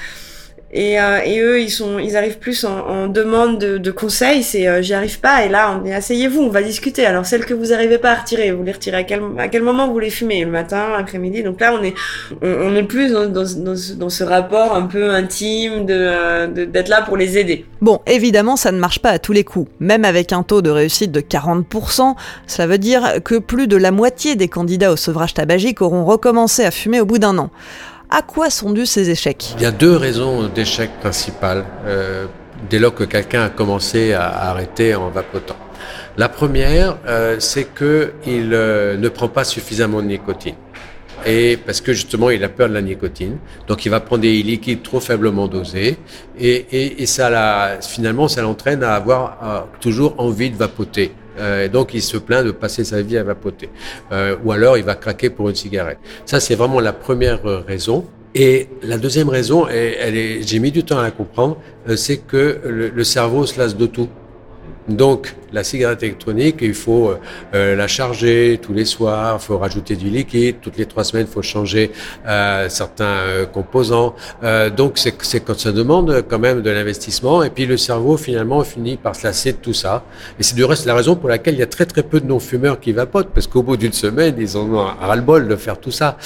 Et eux, ils arrivent plus en demande de conseils. C'est j'y arrive pas. Et là, on dit asseyez-vous, on va discuter. Alors celles que vous arrivez pas à retirer, vous les retirez à quel moment vous les fumez? Le matin, l'après-midi. Donc là, on est plus dans ce rapport un peu intime d'être là pour les aider. Bon, évidemment, ça ne marche pas à tous les coups. Même avec un taux de réussite de 40%, ça veut dire que plus de la moitié des candidats au sevrage tabagique auront recommencé à fumer au bout d'1 an. À quoi sont dus ces échecs? Il y a 2 raisons d'échec principales dès lors que quelqu'un a commencé à arrêter en vapotant. La première, c'est qu'il ne prend pas suffisamment de nicotine. Et parce que justement, il a peur de la nicotine. Donc, il va prendre des liquides trop faiblement dosés. Et finalement, ça l'entraîne à avoir toujours envie de vapoter. Et donc, il se plaint de passer sa vie à vapoter. Ou alors, il va craquer pour une cigarette. Ça, c'est vraiment la première raison. Et la deuxième raison, j'ai mis du temps à la comprendre, c'est que le cerveau se lasse de tout. Donc, la cigarette électronique, il faut la charger tous les soirs, il faut rajouter du liquide, toutes les 3 semaines, il faut changer certains composants. Donc, ça demande quand même de l'investissement. Et puis, le cerveau, finalement, finit par se lasser de tout ça. Et c'est du reste la raison pour laquelle il y a très peu de non-fumeurs qui vapotent, parce qu'au bout d'une semaine, ils en ont ras-le-bol de faire tout ça.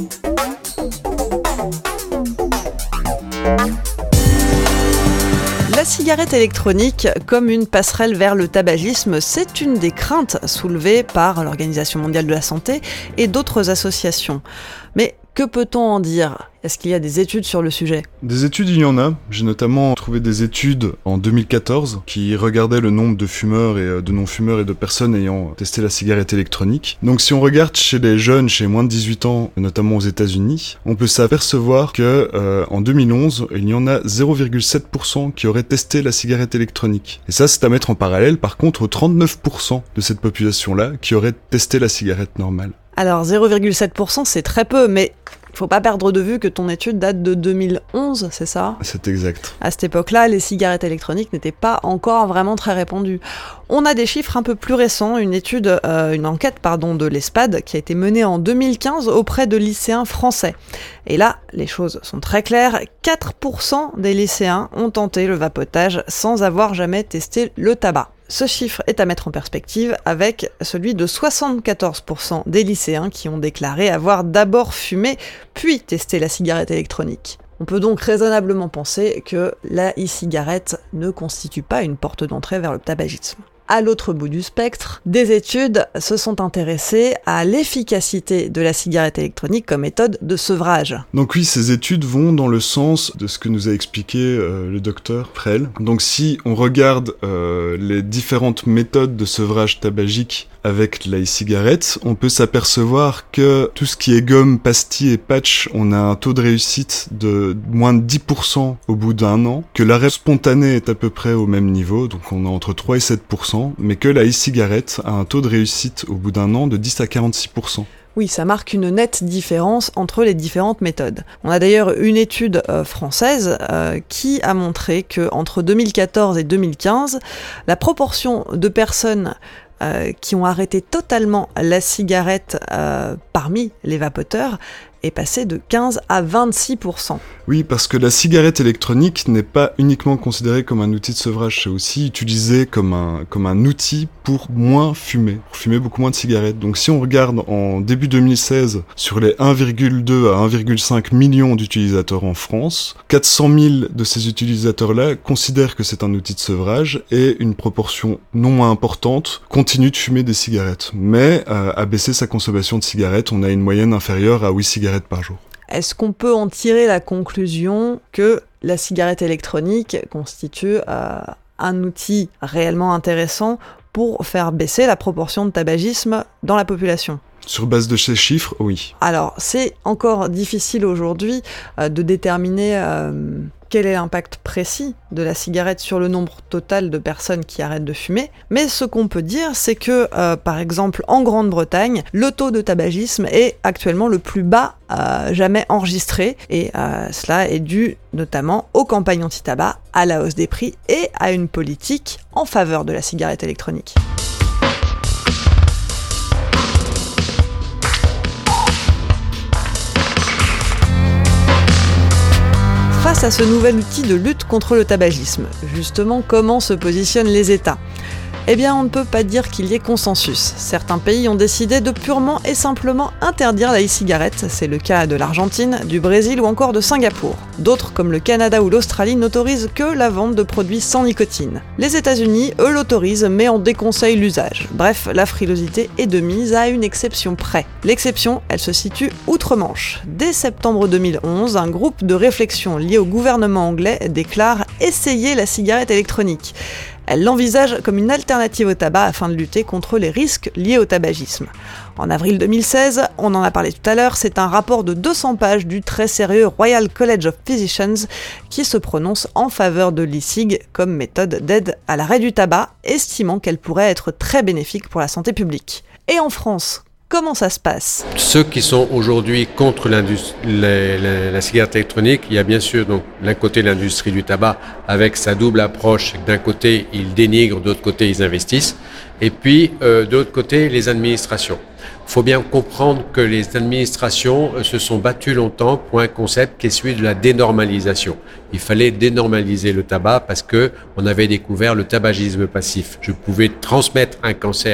La cigarette électronique comme une passerelle vers le tabagisme, c'est une des craintes soulevées par l'Organisation mondiale de la santé et d'autres associations. Mais que peut-on en dire? Est-ce qu'il y a des études sur le sujet ? Des études, il y en a. J'ai notamment trouvé des études en 2014 qui regardaient le nombre de fumeurs et de non-fumeurs et de personnes ayant testé la cigarette électronique. Donc si on regarde chez les jeunes, chez moins de 18 ans, notamment aux États-Unis, on peut s'apercevoir que en 2011, il y en a 0,7% qui auraient testé la cigarette électronique. Et ça, c'est à mettre en parallèle, par contre, aux 39% de cette population-là qui auraient testé la cigarette normale. Alors 0,7%, c'est très peu, mais il faut pas perdre de vue que ton étude date de 2011, c'est ça ? C'est exact. À cette époque-là, les cigarettes électroniques n'étaient pas encore vraiment très répandues. On a des chiffres un peu plus récents, une enquête de l'ESPAD qui a été menée en 2015 auprès de lycéens français. Et là, les choses sont très claires, 4% des lycéens ont tenté le vapotage sans avoir jamais testé le tabac. Ce chiffre est à mettre en perspective avec celui de 74% des lycéens qui ont déclaré avoir d'abord fumé puis testé la cigarette électronique. On peut donc raisonnablement penser que la e-cigarette ne constitue pas une porte d'entrée vers le tabagisme. À l'autre bout du spectre, des études se sont intéressées à l'efficacité de la cigarette électronique comme méthode de sevrage. Donc oui, ces études vont dans le sens de ce que nous a expliqué le docteur Prel. Donc si on regarde les différentes méthodes de sevrage tabagique avec la e-cigarette, on peut s'apercevoir que tout ce qui est gomme, pastille et patch, on a un taux de réussite de moins de 10% au bout d'un an, que l'arrêt spontané est à peu près au même niveau, donc on a entre 3 et 7%, mais que la e-cigarette a un taux de réussite au bout d'un an de 10 à 46%. Oui, ça marque une nette différence entre les différentes méthodes. On a d'ailleurs une étude française qui a montré qu'entre 2014 et 2015, la proportion de personnes qui ont arrêté totalement la cigarette parmi les vapoteurs est passée de 15 à 26%. Oui, parce que la cigarette électronique n'est pas uniquement considérée comme un outil de sevrage, c'est aussi utilisé comme un outil pour moins fumer, pour fumer beaucoup moins de cigarettes. Donc si on regarde en début 2016, sur les 1,2 à 1,5 millions d'utilisateurs en France, 400 000 de ces utilisateurs-là considèrent que c'est un outil de sevrage et une proportion non moins importante continue de fumer des cigarettes. Mais à baisser sa consommation de cigarettes, on a une moyenne inférieure à 8 cigarettes par jour. Est-ce qu'on peut en tirer la conclusion que la cigarette électronique constitue un outil réellement intéressant pour faire baisser la proportion de tabagisme dans la population ? Sur base de ces chiffres, oui. Alors, c'est encore difficile aujourd'hui de déterminer quel est l'impact précis de la cigarette sur le nombre total de personnes qui arrêtent de fumer. Mais ce qu'on peut dire, c'est que, par exemple, en Grande-Bretagne, le taux de tabagisme est actuellement le plus bas jamais enregistré. Et cela est dû notamment aux campagnes anti-tabac, à la hausse des prix et à une politique en faveur de la cigarette électronique. Face à ce nouvel outil de lutte contre le tabagisme, justement, comment se positionnent les États ? Eh bien, on ne peut pas dire qu'il y ait consensus. Certains pays ont décidé de purement et simplement interdire la e-cigarette. C'est le cas de l'Argentine, du Brésil ou encore de Singapour. D'autres, comme le Canada ou l'Australie, n'autorisent que la vente de produits sans nicotine. Les États-Unis, eux, l'autorisent, mais en déconseillent l'usage. Bref, la frilosité est de mise à une exception près. L'exception, elle se situe outre-Manche. Dès septembre 2011, un groupe de réflexion lié au gouvernement anglais déclare « essayer la cigarette électronique ». Elle l'envisage comme une alternative au tabac afin de lutter contre les risques liés au tabagisme. En avril 2016, on en a parlé tout à l'heure, c'est un rapport de 200 pages du très sérieux Royal College of Physicians qui se prononce en faveur de l'e-cig comme méthode d'aide à l'arrêt du tabac, estimant qu'elle pourrait être très bénéfique pour la santé publique. Et en France, comment ça se passe ? Ceux qui sont aujourd'hui contre la cigarette électronique, il y a bien sûr donc d'un côté l'industrie du tabac avec sa double approche. D'un côté, ils dénigrent, d'autre côté, ils investissent. Et puis, de l'autre côté, les administrations. Il faut bien comprendre que les administrations se sont battues longtemps pour un concept qui est celui de la dénormalisation. Il fallait dénormaliser le tabac parce que on avait découvert le tabagisme passif. Je pouvais transmettre un cancer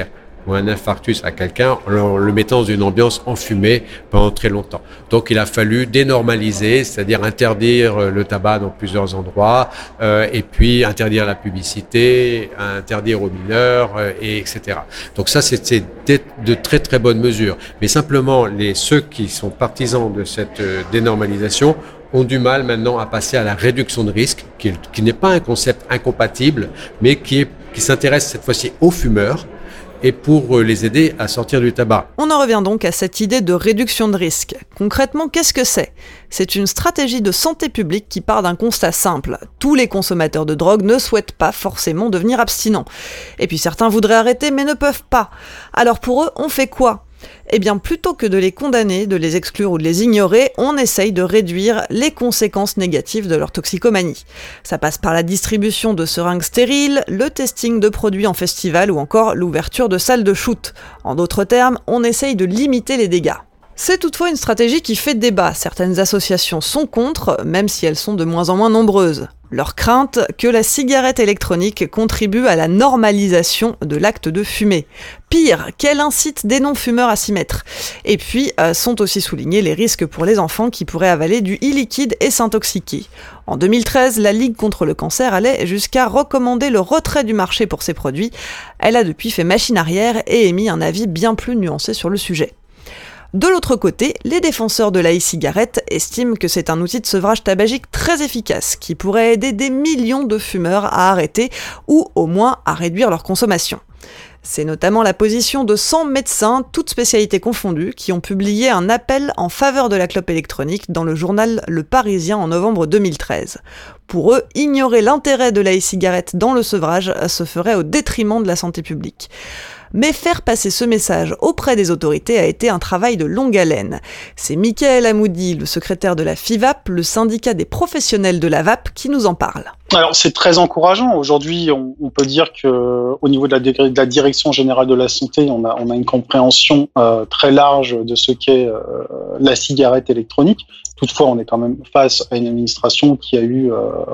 ou un infarctus à quelqu'un en le mettant dans une ambiance enfumée pendant très longtemps. Donc il a fallu dénormaliser, c'est-à-dire interdire le tabac dans plusieurs endroits, et puis interdire la publicité, interdire aux mineurs, etc. Donc ça, c'est de très très bonnes mesures. Mais simplement, ceux qui sont partisans de cette dénormalisation ont du mal maintenant à passer à la réduction de risque, qui n'est pas un concept incompatible, mais qui s'intéresse cette fois-ci aux fumeurs, et pour les aider à sortir du tabac. On en revient donc à cette idée de réduction de risque. Concrètement, qu'est-ce que c'est ? C'est une stratégie de santé publique qui part d'un constat simple. Tous les consommateurs de drogue ne souhaitent pas forcément devenir abstinents. Et puis certains voudraient arrêter mais ne peuvent pas. Alors pour eux, on fait quoi ? Eh bien, plutôt que de les condamner, de les exclure ou de les ignorer, on essaye de réduire les conséquences négatives de leur toxicomanie. Ça passe par la distribution de seringues stériles, le testing de produits en festival ou encore l'ouverture de salles de shoot. En d'autres termes, on essaye de limiter les dégâts. C'est toutefois une stratégie qui fait débat. Certaines associations sont contre, même si elles sont de moins en moins nombreuses. Leur crainte que la cigarette électronique contribue à la normalisation de l'acte de fumer. Pire, qu'elle incite des non-fumeurs à s'y mettre. Et puis, sont aussi soulignés les risques pour les enfants qui pourraient avaler du e-liquide et s'intoxiquer. En 2013, la Ligue contre le cancer allait jusqu'à recommander le retrait du marché pour ces produits. Elle a depuis fait machine arrière et émis un avis bien plus nuancé sur le sujet. De l'autre côté, les défenseurs de la e-cigarette estiment que c'est un outil de sevrage tabagique très efficace qui pourrait aider des millions de fumeurs à arrêter ou au moins à réduire leur consommation. C'est notamment la position de 100 médecins, toutes spécialités confondues, qui ont publié un appel en faveur de la clope électronique dans le journal Le Parisien en novembre 2013. Pour eux, ignorer l'intérêt de la e-cigarette dans le sevrage se ferait au détriment de la santé publique. Mais faire passer ce message auprès des autorités a été un travail de longue haleine. C'est Mickaël Amoudi, le secrétaire de la FIVAP, le syndicat des professionnels de la vape, qui nous en parle. Alors c'est très encourageant. Aujourd'hui, on peut dire que au niveau de la direction générale de la santé, on a une compréhension très large de ce qu'est la cigarette électronique. Toutefois, on est quand même face à une administration qui a eu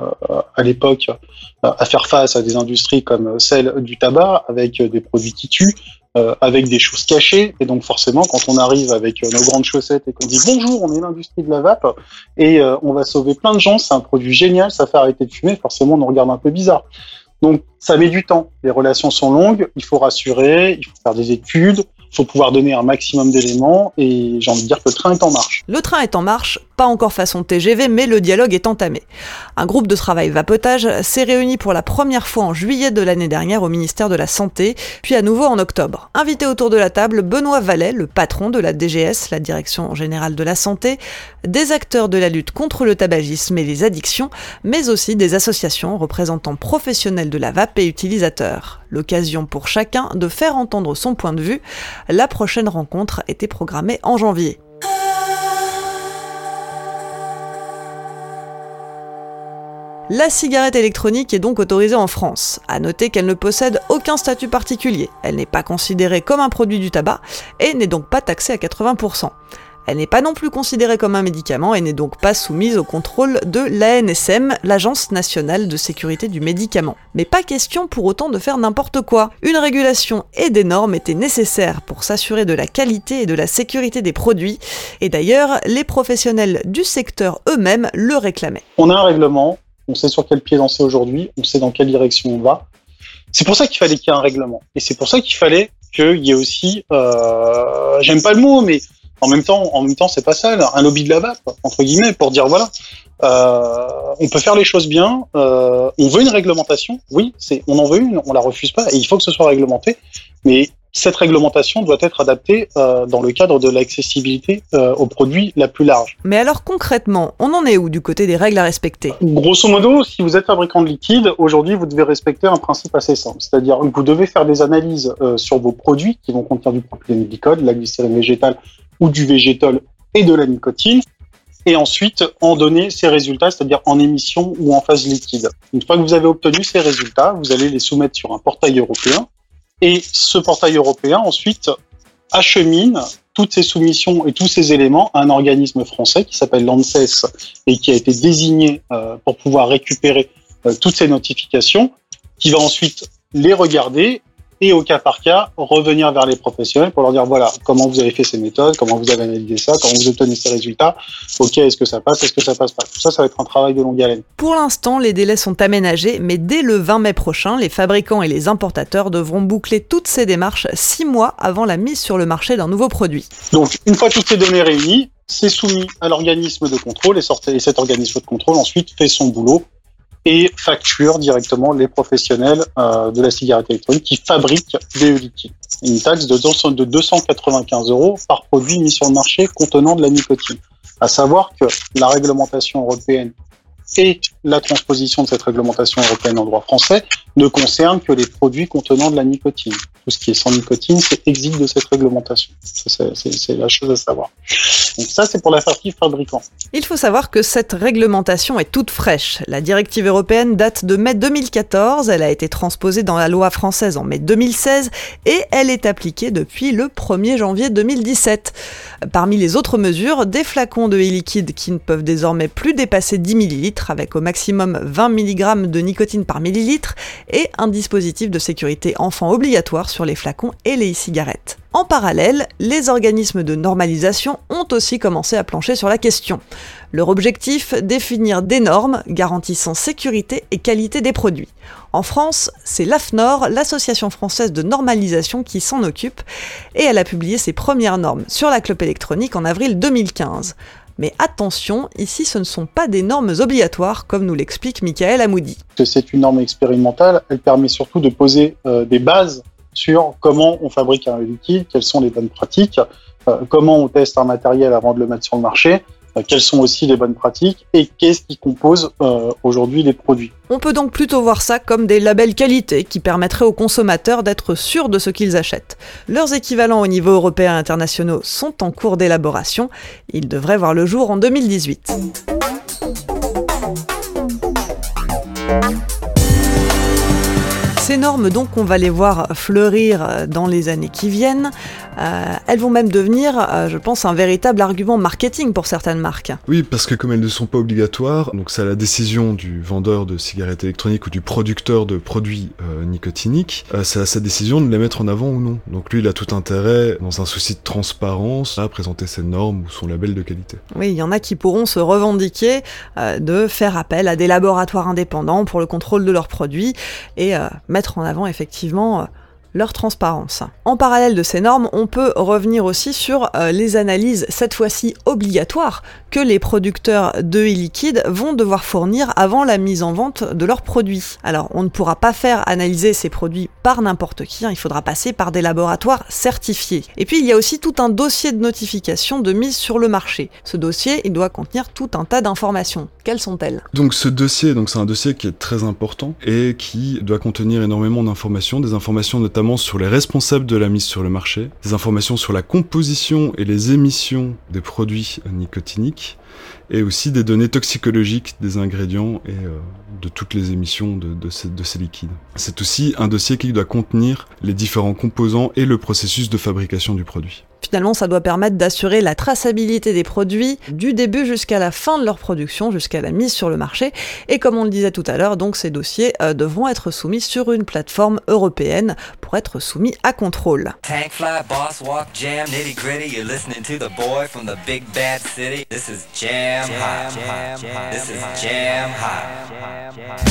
à l'époque à faire face à des industries comme celle du tabac, avec des produits qui tuent, avec des choses cachées. Et donc forcément, quand on arrive avec nos grandes chaussettes et qu'on dit « Bonjour, on est l'industrie de la vape et on va sauver plein de gens, c'est un produit génial, ça fait arrêter de fumer », forcément on nous regarde un peu bizarre. Donc ça met du temps, les relations sont longues, il faut rassurer, il faut faire des études, il faut pouvoir donner un maximum d'éléments et j'ai envie de dire que le train est en marche. Le train est en marche, pas encore façon TGV, mais le dialogue est entamé. Un groupe de travail vapotage s'est réuni pour la première fois en juillet de l'année dernière au ministère de la Santé, puis à nouveau en octobre. Invité autour de la table, Benoît Vallet, le patron de la DGS, la Direction Générale de la Santé, des acteurs de la lutte contre le tabagisme et les addictions, mais aussi des associations représentant professionnels de la vape et utilisateurs. L'occasion pour chacun de faire entendre son point de vue. La prochaine rencontre était programmée en janvier. La cigarette électronique est donc autorisée en France. À noter qu'elle ne possède aucun statut particulier. Elle n'est pas considérée comme un produit du tabac et n'est donc pas taxée à 80%. Elle n'est pas non plus considérée comme un médicament et n'est donc pas soumise au contrôle de l'ANSM, l'Agence nationale de sécurité du médicament. Mais pas question pour autant de faire n'importe quoi. Une régulation et des normes étaient nécessaires pour s'assurer de la qualité et de la sécurité des produits. Et d'ailleurs, les professionnels du secteur eux-mêmes le réclamaient. On a un règlement, on sait sur quel pied danser aujourd'hui, on sait dans quelle direction on va. C'est pour ça qu'il fallait qu'il y ait un règlement. Et c'est pour ça qu'il fallait qu'il y ait aussi, j'aime pas le mot, mais en même temps, c'est pas ça, un lobby de la vape, entre guillemets, pour dire voilà, on peut faire les choses bien, on veut une réglementation, oui, on en veut une, on la refuse pas, et il faut que ce soit réglementé, mais cette réglementation doit être adaptée dans le cadre de l'accessibilité aux produits la plus large. Mais alors concrètement, on en est où du côté des règles à respecter ? Grosso modo, si vous êtes fabricant de liquide, aujourd'hui vous devez respecter un principe assez simple, c'est-à-dire que vous devez faire des analyses sur vos produits qui vont contenir du propylène-glycol, de la glycérine végétale ou du végétol et de la nicotine, et ensuite en donner ces résultats, c'est-à-dire en émission ou en phase liquide. Une fois que vous avez obtenu ces résultats, vous allez les soumettre sur un portail européen, et ce portail européen ensuite achemine toutes ces soumissions et tous ces éléments à un organisme français qui s'appelle l'ANSES et qui a été désigné pour pouvoir récupérer toutes ces notifications, qui va ensuite les regarder et au cas par cas, revenir vers les professionnels pour leur dire voilà, comment vous avez fait ces méthodes, comment vous avez analysé ça, comment vous obtenez ces résultats, ok, est-ce que ça passe pas. Tout ça va être un travail de longue haleine. Pour l'instant, les délais sont aménagés, mais dès le 20 mai prochain, les fabricants et les importateurs devront boucler toutes ces démarches 6 mois avant la mise sur le marché d'un nouveau produit. Donc, une fois toutes ces données réunies, c'est soumis à l'organisme de contrôle et cet organisme de contrôle ensuite fait son boulot et facture directement les professionnels de la cigarette électronique qui fabriquent des liquides. Une taxe de 295 € par produit mis sur le marché contenant de la nicotine. À savoir que la réglementation européenne et la transposition de cette réglementation européenne en droit français ne concerne que les produits contenant de la nicotine. Tout ce qui est sans nicotine, c'est exit de cette réglementation. C'est la chose à savoir. Donc ça, c'est pour la partie fabricant. Il faut savoir que cette réglementation est toute fraîche. La directive européenne date de mai 2014, elle a été transposée dans la loi française en mai 2016 et elle est appliquée depuis le 1er janvier 2017. Parmi les autres mesures, des flacons de e-liquide qui ne peuvent désormais plus dépasser 10 ml avec au maximum 20 mg de nicotine par millilitre et un dispositif de sécurité enfant obligatoire sur les flacons et les e-cigarettes. En parallèle, les organismes de normalisation ont aussi commencé à plancher sur la question. Leur objectif, définir des normes garantissant sécurité et qualité des produits. En France, c'est l'AFNOR, l'Association française de normalisation, qui s'en occupe, et elle a publié ses premières normes sur la clope électronique en avril 2015. Mais attention, ici ce ne sont pas des normes obligatoires, comme nous l'explique Michael Hamoudi. C'est une norme expérimentale, elle permet surtout de poser des bases sur comment on fabrique un liquide, quelles sont les bonnes pratiques, comment on teste un matériel avant de le mettre sur le marché, quelles sont aussi les bonnes pratiques et qu'est-ce qui compose aujourd'hui les produits. On peut donc plutôt voir ça comme des labels qualité qui permettraient aux consommateurs d'être sûrs de ce qu'ils achètent. Leurs équivalents au niveau européen et internationaux sont en cours d'élaboration. Ils devraient voir le jour en 2018. Ces normes, donc, on va les voir fleurir dans les années qui viennent. Elles vont même devenir, je pense, un véritable argument marketing pour certaines marques. Oui, parce que comme elles ne sont pas obligatoires, donc c'est à la décision du vendeur de cigarettes électroniques ou du producteur de produits nicotiniques, c'est à sa décision de les mettre en avant ou non. Donc lui, il a tout intérêt, dans un souci de transparence, à présenter ses normes ou son label de qualité. Oui, il y en a qui pourront se revendiquer de faire appel à des laboratoires indépendants pour le contrôle de leurs produits et mettre en avant effectivement leur transparence. En parallèle de ces normes, on peut revenir aussi sur les analyses, cette fois-ci obligatoires, que les producteurs de e-liquide vont devoir fournir avant la mise en vente de leurs produits. Alors, on ne pourra pas faire analyser ces produits par n'importe qui, il faudra passer par des laboratoires certifiés. Et puis, il y a aussi tout un dossier de notification de mise sur le marché. Ce dossier, il doit contenir tout un tas d'informations. Quelles sont-elles ? Donc ce dossier, c'est un dossier qui est très important et qui doit contenir énormément d'informations, des informations notamment sur les responsables de la mise sur le marché, des informations sur la composition et les émissions des produits nicotiniques, et aussi des données toxicologiques des ingrédients et de toutes les émissions de ces liquides. C'est aussi un dossier qui doit contenir les différents composants et le processus de fabrication du produit. Finalement, ça doit permettre d'assurer la traçabilité des produits du début jusqu'à la fin de leur production, jusqu'à la mise sur le marché. Et comme on le disait tout à l'heure, donc ces dossiers devront être soumis sur une plateforme européenne pour être soumis à contrôle. Tank fly, boss walk, jam, nitty gritty. You're listening to the boy from the big bad city. This is jam hot. This is jam hot.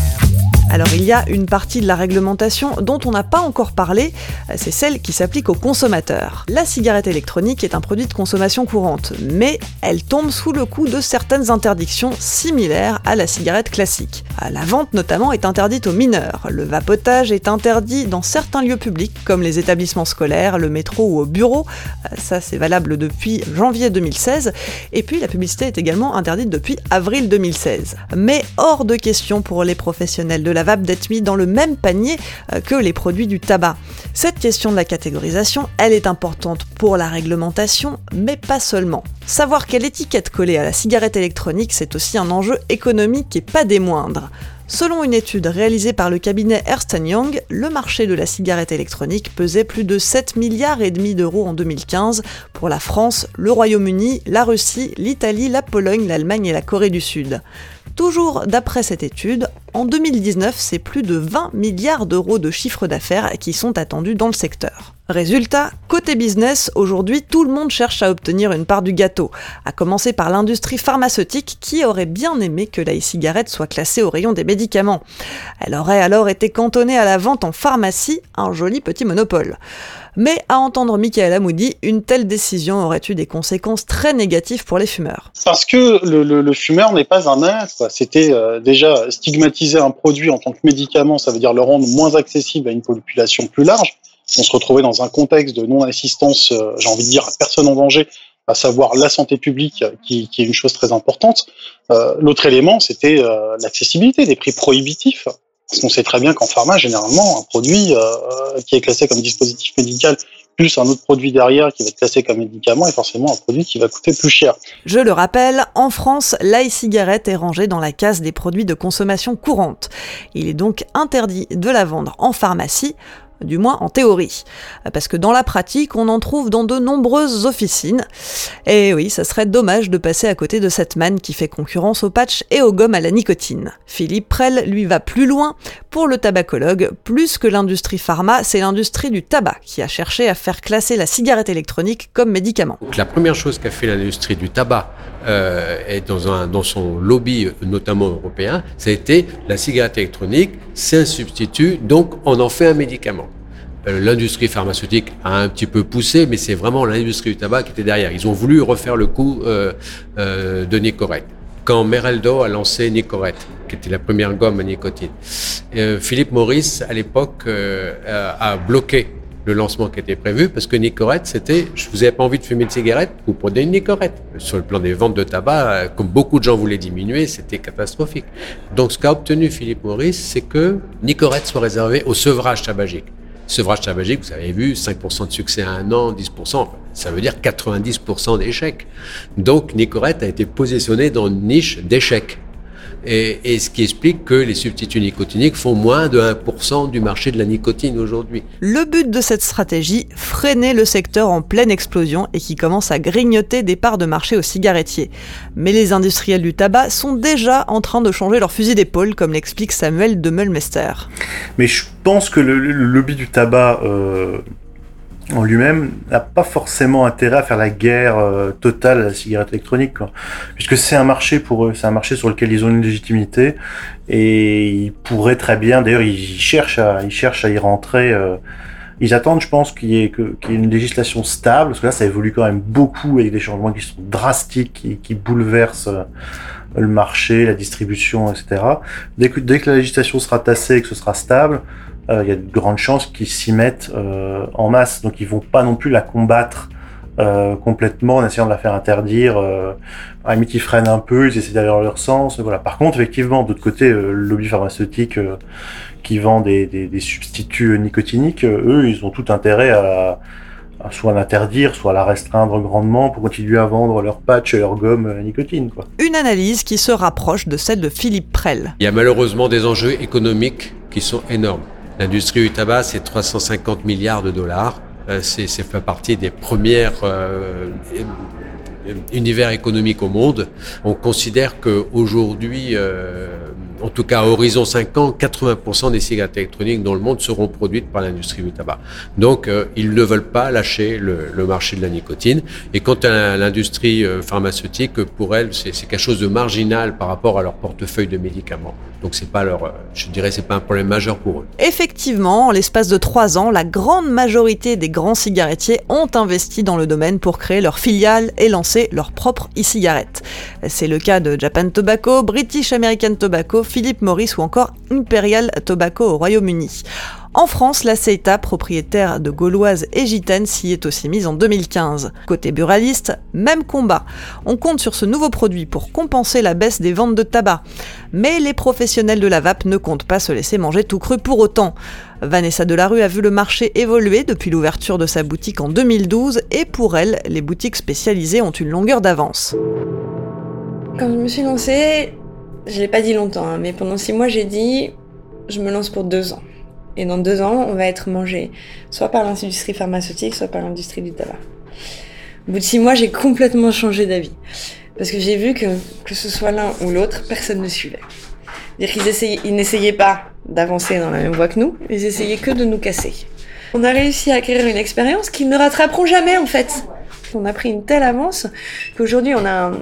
Alors il y a une partie de la réglementation dont on n'a pas encore parlé, c'est celle qui s'applique aux consommateurs. La cigarette électronique est un produit de consommation courante, mais elle tombe sous le coup de certaines interdictions similaires à la cigarette classique. La vente notamment est interdite aux mineurs, le vapotage est interdit dans certains lieux publics comme les établissements scolaires, le métro ou au bureau, ça c'est valable depuis janvier 2016, et puis la publicité est également interdite depuis avril 2016. Mais hors de question pour les professionnels de la vape d'être mis dans le même panier que les produits du tabac. Cette question de la catégorisation, elle est importante pour la réglementation, mais pas seulement. Savoir quelle étiquette coller à la cigarette électronique, c'est aussi un enjeu économique et pas des moindres. Selon une étude réalisée par le cabinet Ernst & Young, le marché de la cigarette électronique pesait plus de 7,5 milliards d'euros en 2015 pour la France, le Royaume-Uni, la Russie, l'Italie, la Pologne, l'Allemagne et la Corée du Sud. Toujours d'après cette étude, en 2019, c'est plus de 20 milliards d'euros de chiffre d'affaires qui sont attendus dans le secteur. Résultat, côté business, aujourd'hui tout le monde cherche à obtenir une part du gâteau, à commencer par l'industrie pharmaceutique qui aurait bien aimé que la e-cigarette soit classée au rayon des médicaments. Elle aurait alors été cantonnée à la vente en pharmacie, un joli petit monopole. Mais à entendre Michael Hamoudi, une telle décision aurait eu des conséquences très négatives pour les fumeurs. Parce que le fumeur n'est pas un malade, quoi. C'était déjà stigmatiser un produit en tant que médicament, ça veut dire le rendre moins accessible à une population plus large. On se retrouvait dans un contexte de non-assistance, j'ai envie de dire, à personne en danger, à savoir la santé publique, qui est une chose très importante. L'autre élément, c'était l'accessibilité, des prix prohibitifs. Parce qu'on sait très bien qu'en pharma, généralement, un produit qui est classé comme dispositif médical, plus un autre produit derrière qui va être classé comme médicament, est forcément un produit qui va coûter plus cher. Je le rappelle, en France, l'e-cigarette est rangée dans la case des produits de consommation courante. Il est donc interdit de la vendre en pharmacie, du moins en théorie. Parce que dans la pratique, on en trouve dans de nombreuses officines. Et oui, ça serait dommage de passer à côté de cette manne qui fait concurrence aux patchs et aux gommes à la nicotine. Philippe Prel, lui, va plus loin. Pour le tabacologue, plus que l'industrie pharma, c'est l'industrie du tabac qui a cherché à faire classer la cigarette électronique comme médicament. Donc, la première chose qu'a fait l'industrie du tabac et dans son lobby, notamment européen, ça a été la cigarette électronique, c'est un substitut, donc on en fait un médicament. L'industrie pharmaceutique a un petit peu poussé, mais c'est vraiment l'industrie du tabac qui était derrière. Ils ont voulu refaire le coup de Nicorette. Quand Mereldo a lancé Nicorette, qui était la première gomme à nicotine, Philip Morris, à l'époque, a bloqué le lancement qui était prévu, parce que Nicorette, c'était, vous n'avez pas envie de fumer de cigarette, vous prenez une Nicorette. Sur le plan des ventes de tabac, comme beaucoup de gens voulaient diminuer, c'était catastrophique. Donc ce qu'a obtenu Philip Morris, c'est que Nicorette soit réservé au sevrage tabagique. Sevrage tabagique, vous avez vu, 5% de succès à 1 an, 10%, ça veut dire 90% d'échecs. Donc Nicorette a été positionné dans une niche d'échecs. Et ce qui explique que les substituts nicotiniques font moins de 1% du marché de la nicotine aujourd'hui. Le but de cette stratégie, freiner le secteur en pleine explosion et qui commence à grignoter des parts de marché aux cigarettiers. Mais les industriels du tabac sont déjà en train de changer leur fusil d'épaule, comme l'explique Samuel Demeulmester. Mais je pense que le lobby du tabac en lui-même n'a pas forcément intérêt à faire la guerre totale à la cigarette électronique, quoi. Puisque c'est un marché pour eux, c'est un marché sur lequel ils ont une légitimité et ils pourraient très bien, d'ailleurs ils cherchent à y rentrer. Ils attendent, je pense, qu'il y ait une législation stable, parce que là ça évolue quand même beaucoup avec des changements qui sont drastiques, qui bouleversent le marché, la distribution, etc. Dès que la législation sera tassée et que ce sera stable, il y a de grandes chances qu'ils s'y mettent en masse. Donc ils vont pas non plus la combattre complètement en essayant de la faire interdire. À la limite, ils freinent un peu, ils essaient d'aller dans leur sens. Voilà. Par contre, effectivement, d'autre côté, le lobby pharmaceutique qui vend des substituts nicotiniques, eux, ils ont tout intérêt à soit l'interdire, soit la restreindre grandement pour continuer à vendre leurs patchs et leurs gommes à nicotine, quoi. Une analyse qui se rapproche de celle de Philippe Prel. Il y a malheureusement des enjeux économiques qui sont énormes. L'industrie du tabac, c'est 350 milliards de dollars. C'est fait partie des premières univers économiques au monde. On considère qu'aujourd'hui, en tout cas à horizon 5 ans, 80% des cigarettes électroniques dans le monde seront produites par l'industrie du tabac. Donc ils ne veulent pas lâcher le marché de la nicotine. Et quant à l'industrie pharmaceutique, pour elles, c'est quelque chose de marginal par rapport à leur portefeuille de médicaments. Donc c'est pas c'est pas un problème majeur pour eux. Effectivement, en l'espace de 3 ans, la grande majorité des grands cigarettiers ont investi dans le domaine pour créer leur filiale et lancer leur propre e-cigarette. C'est le cas de Japan Tobacco, British American Tobacco, Philip Morris ou encore Imperial Tobacco au Royaume-Uni. En France, la CETA, propriétaire de Gauloise et Gitane, s'y est aussi mise en 2015. Côté buraliste, même combat. On compte sur ce nouveau produit pour compenser la baisse des ventes de tabac. Mais les professionnels de la vape ne comptent pas se laisser manger tout cru pour autant. Vanessa Delarue a vu le marché évoluer depuis l'ouverture de sa boutique en 2012 et pour elle, les boutiques spécialisées ont une longueur d'avance. Quand je me suis lancée, je l'ai pas dit longtemps, hein, mais pendant 6 mois, j'ai dit je me lance pour 2 ans. Et dans 2 ans, on va être mangé soit par l'industrie pharmaceutique, soit par l'industrie du tabac. Au bout de 6 mois, j'ai complètement changé d'avis. Parce que j'ai vu que ce soit l'un ou l'autre, personne ne suivait. C'est-à-dire qu'ils n'essayaient pas d'avancer dans la même voie que nous, ils essayaient que de nous casser. On a réussi à acquérir une expérience qu'ils ne rattraperont jamais, en fait. On a pris une telle avance qu'aujourd'hui,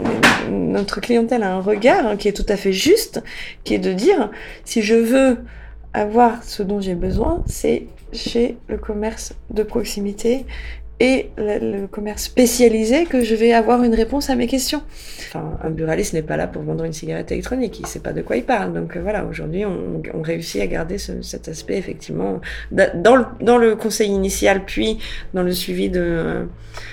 notre clientèle a un regard qui est tout à fait juste, qui est de dire, si je veux avoir ce dont j'ai besoin, c'est chez le commerce de proximité et le commerce spécialisé que je vais avoir une réponse à mes questions. Enfin, un buraliste n'est pas là pour vendre une cigarette électronique, il ne sait pas de quoi il parle. Donc voilà, aujourd'hui, on réussit à garder cet aspect, effectivement, dans le conseil initial, puis dans le suivi de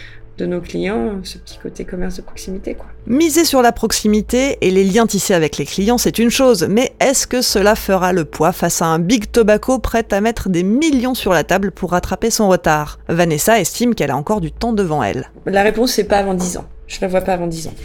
nos clients, ce petit côté commerce de proximité, quoi. Miser sur la proximité et les liens tissés avec les clients, c'est une chose, mais est-ce que cela fera le poids face à un Big Tobacco prêt à mettre des millions sur la table pour rattraper son retard ? Vanessa estime qu'elle a encore du temps devant elle. La réponse, c'est pas avant 10 ans. Je la vois pas avant 10 ans.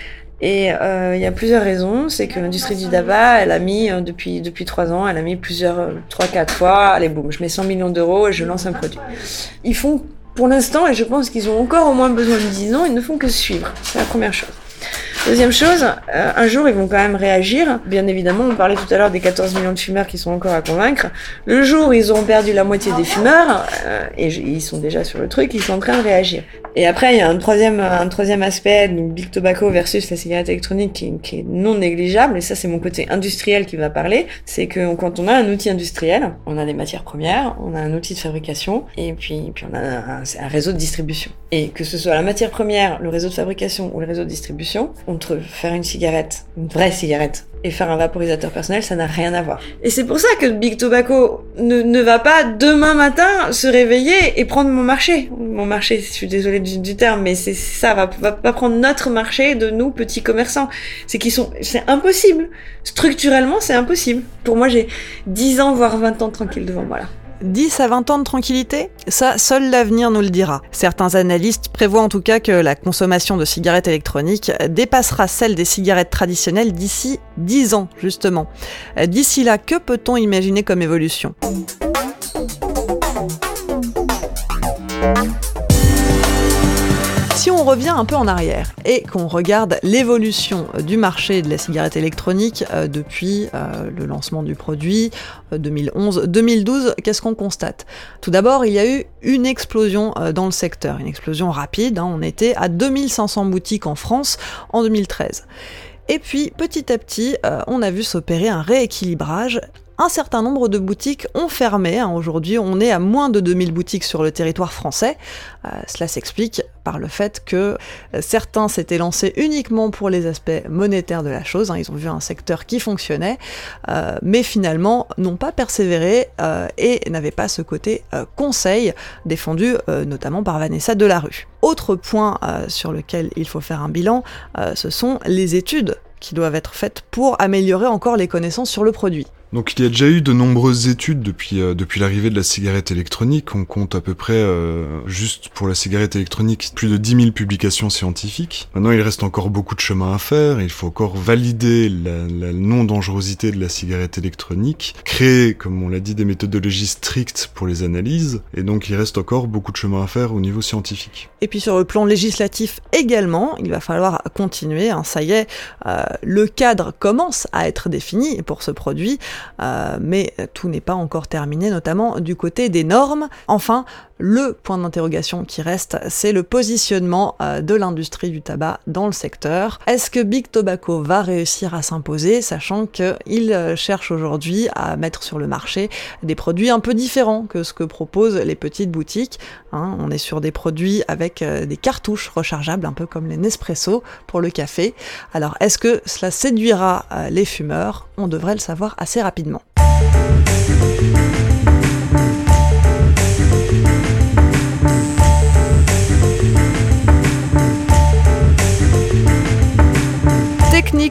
Et il y a plusieurs raisons. C'est que l'industrie du tabac, elle a mis, depuis 3 ans, elle a mis 3-4 fois, allez boum, je mets 100 millions d'euros et je lance un produit. Ils font, pour l'instant, et je pense qu'ils ont encore au moins besoin de 10 ans, ils ne font que suivre. C'est la première chose. Deuxième chose, un jour, ils vont quand même réagir. Bien évidemment, on parlait tout à l'heure des 14 millions de fumeurs qui sont encore à convaincre. Le jour où ils auront perdu la moitié des fumeurs, et ils sont déjà sur le truc, ils sont en train de réagir. Et après, il y a un troisième aspect, donc Big Tobacco versus la cigarette électronique qui est non négligeable, et ça, c'est mon côté industriel qui va parler. C'est que quand on a un outil industriel, on a des matières premières, on a un outil de fabrication, et puis on a un réseau de distribution. Et que ce soit la matière première, le réseau de fabrication ou le réseau de distribution, entre faire une cigarette, une vraie cigarette, et faire un vaporisateur personnel, ça n'a rien à voir. Et c'est pour ça que Big Tobacco ne va pas demain matin se réveiller et prendre mon marché. Mon marché, je suis désolée du terme, mais c'est ça, va pas prendre notre marché de nous, petits commerçants. C'est impossible. Structurellement, c'est impossible. Pour moi, j'ai 10 ans, voire 20 ans tranquille devant moi, là. 10 à 20 ans de tranquillité ? Ça, seul l'avenir nous le dira. Certains analystes prévoient en tout cas que la consommation de cigarettes électroniques dépassera celle des cigarettes traditionnelles d'ici 10 ans, justement. D'ici là, que peut-on imaginer comme évolution ? Si on revient un peu en arrière et qu'on regarde l'évolution du marché de la cigarette électronique depuis le lancement du produit, 2011-2012, qu'est-ce qu'on constate ? Tout d'abord, il y a eu une explosion dans le secteur, une explosion rapide, on était à 2500 boutiques en France en 2013. Et puis, petit à petit, on a vu s'opérer un rééquilibrage. Un certain nombre de boutiques ont fermé. Aujourd'hui, on est à moins de 2000 boutiques sur le territoire français. Cela s'explique par le fait que certains s'étaient lancés uniquement pour les aspects monétaires de la chose. Ils ont vu un secteur qui fonctionnait, mais finalement n'ont pas persévéré et n'avaient pas ce côté conseil défendu notamment par Vanessa Delarue. Autre point sur lequel il faut faire un bilan, ce sont les études qui doivent être faites pour améliorer encore les connaissances sur le produit. Donc il y a déjà eu de nombreuses études depuis l'arrivée de la cigarette électronique. On compte à peu près, juste pour la cigarette électronique, plus de 10 000 publications scientifiques. Maintenant, il reste encore beaucoup de chemin à faire. Il faut encore valider la non-dangerosité de la cigarette électronique, créer, comme on l'a dit, des méthodologies strictes pour les analyses. Et donc il reste encore beaucoup de chemin à faire au niveau scientifique. Et puis sur le plan législatif également, il va falloir continuer. Ça y est, le cadre commence à être défini pour ce produit. Mais tout n'est pas encore terminé, notamment du côté des normes. Enfin, le point d'interrogation qui reste, c'est le positionnement de l'industrie du tabac dans le secteur. Est-ce que Big Tobacco va réussir à s'imposer, sachant qu'il cherche aujourd'hui à mettre sur le marché des produits un peu différents que ce que proposent les petites boutiques. On est sur des produits avec des cartouches rechargeables, un peu comme les Nespresso pour le café. Alors, est-ce que cela séduira les fumeurs ? On devrait le savoir assez rapidement. Technique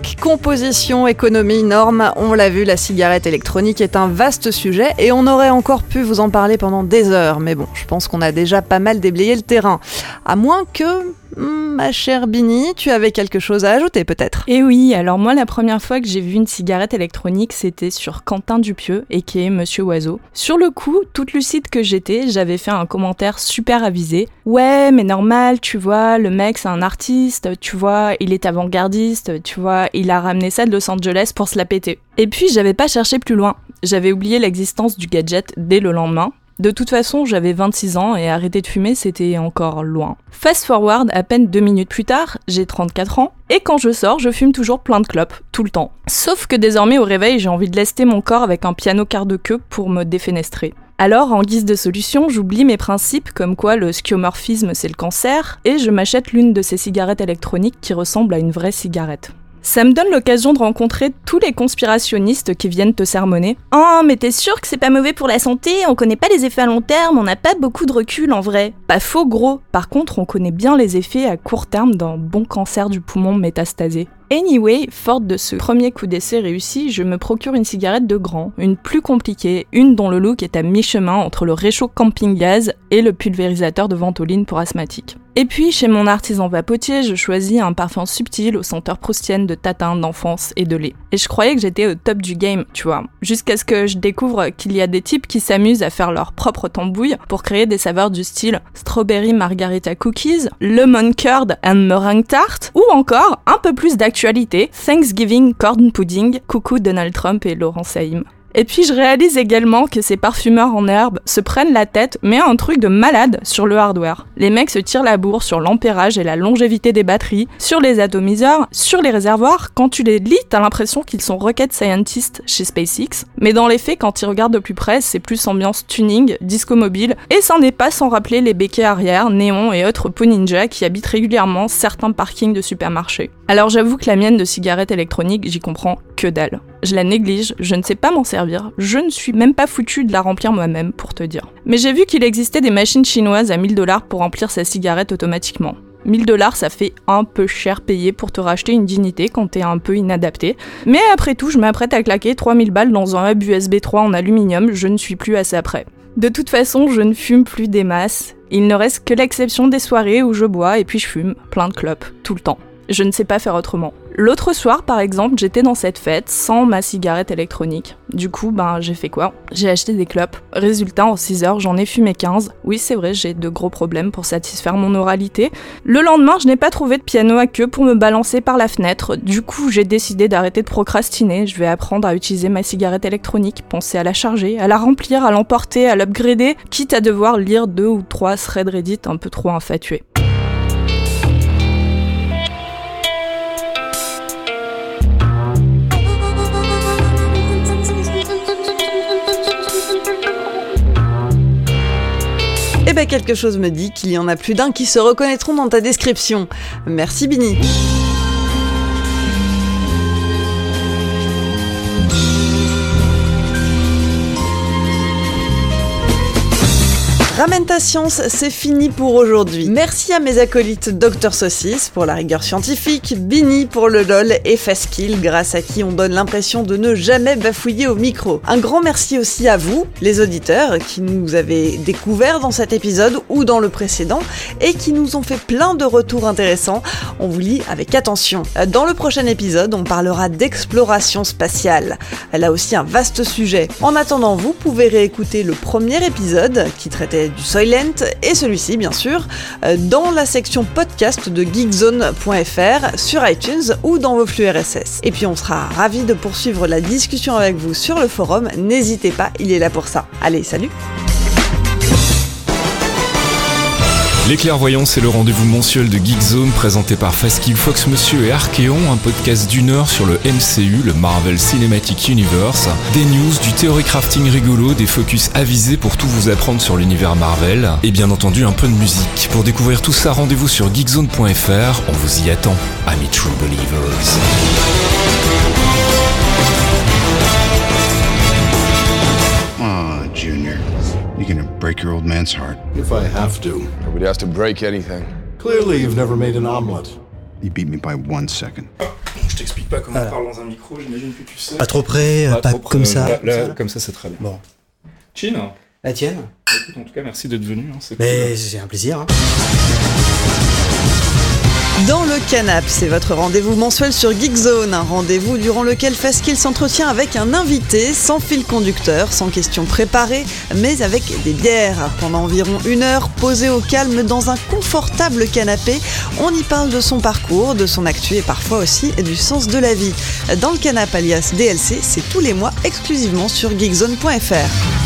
Musique, composition, économie, normes, on l'a vu, la cigarette électronique est un vaste sujet et on aurait encore pu vous en parler pendant des heures. Mais bon, je pense qu'on a déjà pas mal déblayé le terrain. À moins que... ma chère Bini, tu avais quelque chose à ajouter peut-être? Eh oui, alors moi la première fois que j'ai vu une cigarette électronique, c'était sur Quentin Dupieux, aka Monsieur Oiseau. Sur le coup, toute lucide que j'étais, j'avais fait un commentaire super avisé. Ouais, mais normal, tu vois, le mec c'est un artiste, tu vois, il est avant-gardiste, tu vois, il a ramené ça de Los Angeles pour se la péter. Et puis j'avais pas cherché plus loin, j'avais oublié l'existence du gadget dès le lendemain. De toute façon, j'avais 26 ans et arrêter de fumer, c'était encore loin. Fast forward, à peine 2 minutes plus tard, j'ai 34 ans, et quand je sors, je fume toujours plein de clopes, tout le temps. Sauf que désormais, au réveil, j'ai envie de lester mon corps avec un piano quart de queue pour me défenestrer. Alors, en guise de solution, j'oublie mes principes, comme quoi le schiomorphisme c'est le cancer, et je m'achète l'une de ces cigarettes électroniques qui ressemble à une vraie cigarette. Ça me donne l'occasion de rencontrer tous les conspirationnistes qui viennent te sermonner. « Oh, mais t'es sûr que c'est pas mauvais pour la santé? On connaît pas les effets à long terme, on n'a pas beaucoup de recul en vrai. » Pas faux gros, par contre on connaît bien les effets à court terme d'un bon cancer du poumon métastasé. Anyway, forte de ce premier coup d'essai réussi, je me procure une cigarette de grand, une plus compliquée, une dont le look est à mi-chemin entre le réchaud camping-gaz et le pulvérisateur de ventoline pour asthmatiques. Et puis, chez mon artisan vapotier, je choisis un parfum subtil aux senteurs proustiennes de tatin, d'enfance et de lait. Et je croyais que j'étais au top du game, tu vois. Jusqu'à ce que je découvre qu'il y a des types qui s'amusent à faire leur propre tambouille pour créer des saveurs du style Strawberry Margarita Cookies, Lemon Curd and Meringue Tart, ou encore, un peu plus d'actualité, Thanksgiving Corn Pudding, coucou Donald Trump et Laurent Saïm. Et puis je réalise également que ces parfumeurs en herbe se prennent la tête, mais un truc de malade sur le hardware. Les mecs se tirent la bourre sur l'ampérage et la longévité des batteries, sur les atomiseurs, sur les réservoirs. Quand tu les lis, t'as l'impression qu'ils sont rocket scientists chez SpaceX. Mais dans les faits, quand ils regardent de plus près, c'est plus ambiance tuning, disco mobile, et ça n'est pas sans rappeler les béquets arrière, néons et autres pots ninja qui habitent régulièrement certains parkings de supermarchés. Alors j'avoue que la mienne de cigarette électronique, j'y comprends que dalle. Je la néglige, je ne sais pas m'en servir, je ne suis même pas foutue de la remplir moi-même, pour te dire. Mais j'ai vu qu'il existait des machines chinoises à 1000 $ pour remplir sa cigarette automatiquement. 1000 $, ça fait un peu cher payé pour te racheter une dignité quand t'es un peu inadapté. Mais après tout, je m'apprête à claquer 3000 balles dans un hub USB 3 en aluminium, je ne suis plus assez près. De toute façon, je ne fume plus des masses. Il ne reste que l'exception des soirées où je bois et puis je fume plein de clopes, tout le temps. Je ne sais pas faire autrement. L'autre soir, par exemple, j'étais dans cette fête sans ma cigarette électronique. Du coup, j'ai fait quoi? J'ai acheté des clopes. Résultat, en 6 heures, j'en ai fumé 15. Oui, c'est vrai, j'ai de gros problèmes pour satisfaire mon oralité. Le lendemain, je n'ai pas trouvé de piano à queue pour me balancer par la fenêtre. Du coup, j'ai décidé d'arrêter de procrastiner. Je vais apprendre à utiliser ma cigarette électronique, penser à la charger, à la remplir, à l'emporter, à l'upgrader, quitte à devoir lire 2 ou 3 threads Reddit un peu trop infatués. Eh ben quelque chose me dit qu'il y en a plus d'un qui se reconnaîtront dans ta description. Merci Bini. Ramène ta science, c'est fini pour aujourd'hui. Merci à mes acolytes Dr Saucisse pour la rigueur scientifique, Bini pour le lol et Faskill grâce à qui on donne l'impression de ne jamais bafouiller au micro. Un grand merci aussi à vous, les auditeurs, qui nous avez découverts dans cet épisode ou dans le précédent et qui nous ont fait plein de retours intéressants. On vous lit avec attention. Dans le prochain épisode, on parlera d'exploration spatiale. Là aussi un vaste sujet. En attendant, vous pouvez réécouter le premier épisode qui traitait du Soylent et celui-ci bien sûr dans la section podcast de geekzone.fr sur iTunes ou dans vos flux RSS. Et puis on sera ravis de poursuivre la discussion avec vous sur le forum, n'hésitez pas, il est là pour ça. Allez, salut! Les Clairvoyants, c'est le rendez-vous mensuel de Geekzone présenté par Faskill, Fox Monsieur et Archeon, un podcast d'1 heure sur le MCU, le Marvel Cinematic Universe, des news, du theory crafting rigolo, des focus avisés pour tout vous apprendre sur l'univers Marvel, et bien entendu un peu de musique. Pour découvrir tout ça, rendez-vous sur geekzone.fr, on vous y attend, amis True Believers. Junior. You're gonna break your old man's heart. If I have to. Nobody has to break anything. Clearly, you've never made an omelet. You beat me by 1 second. Je t'explique pas comment on parle dans un micro, j'imagine que tu sais. Pas trop près, pas comme ça. Là, comme ça, c'est très bien. Bon. Chin. La tienne. Écoute, en tout cas, merci d'être venu. Mais c'est un plaisir. Hein. Dans le Canap, c'est votre rendez-vous mensuel sur Geekzone, un rendez-vous durant lequel Faskill s'entretient avec un invité, sans fil conducteur, sans questions préparées, mais avec des bières. Pendant environ 1 heure, posé au calme dans un confortable canapé, on y parle de son parcours, de son actu et parfois aussi du sens de la vie. Dans le Canap alias DLC, c'est tous les mois exclusivement sur geekzone.fr.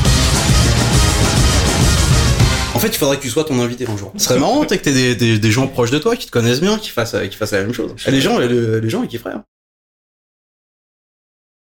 En fait, il faudrait que tu sois ton invité un jour. Ce serait marrant, que t'aies des gens proches de toi qui te connaissent bien, qui fassent la même chose. Et les gens, ils kifferaient. Hein.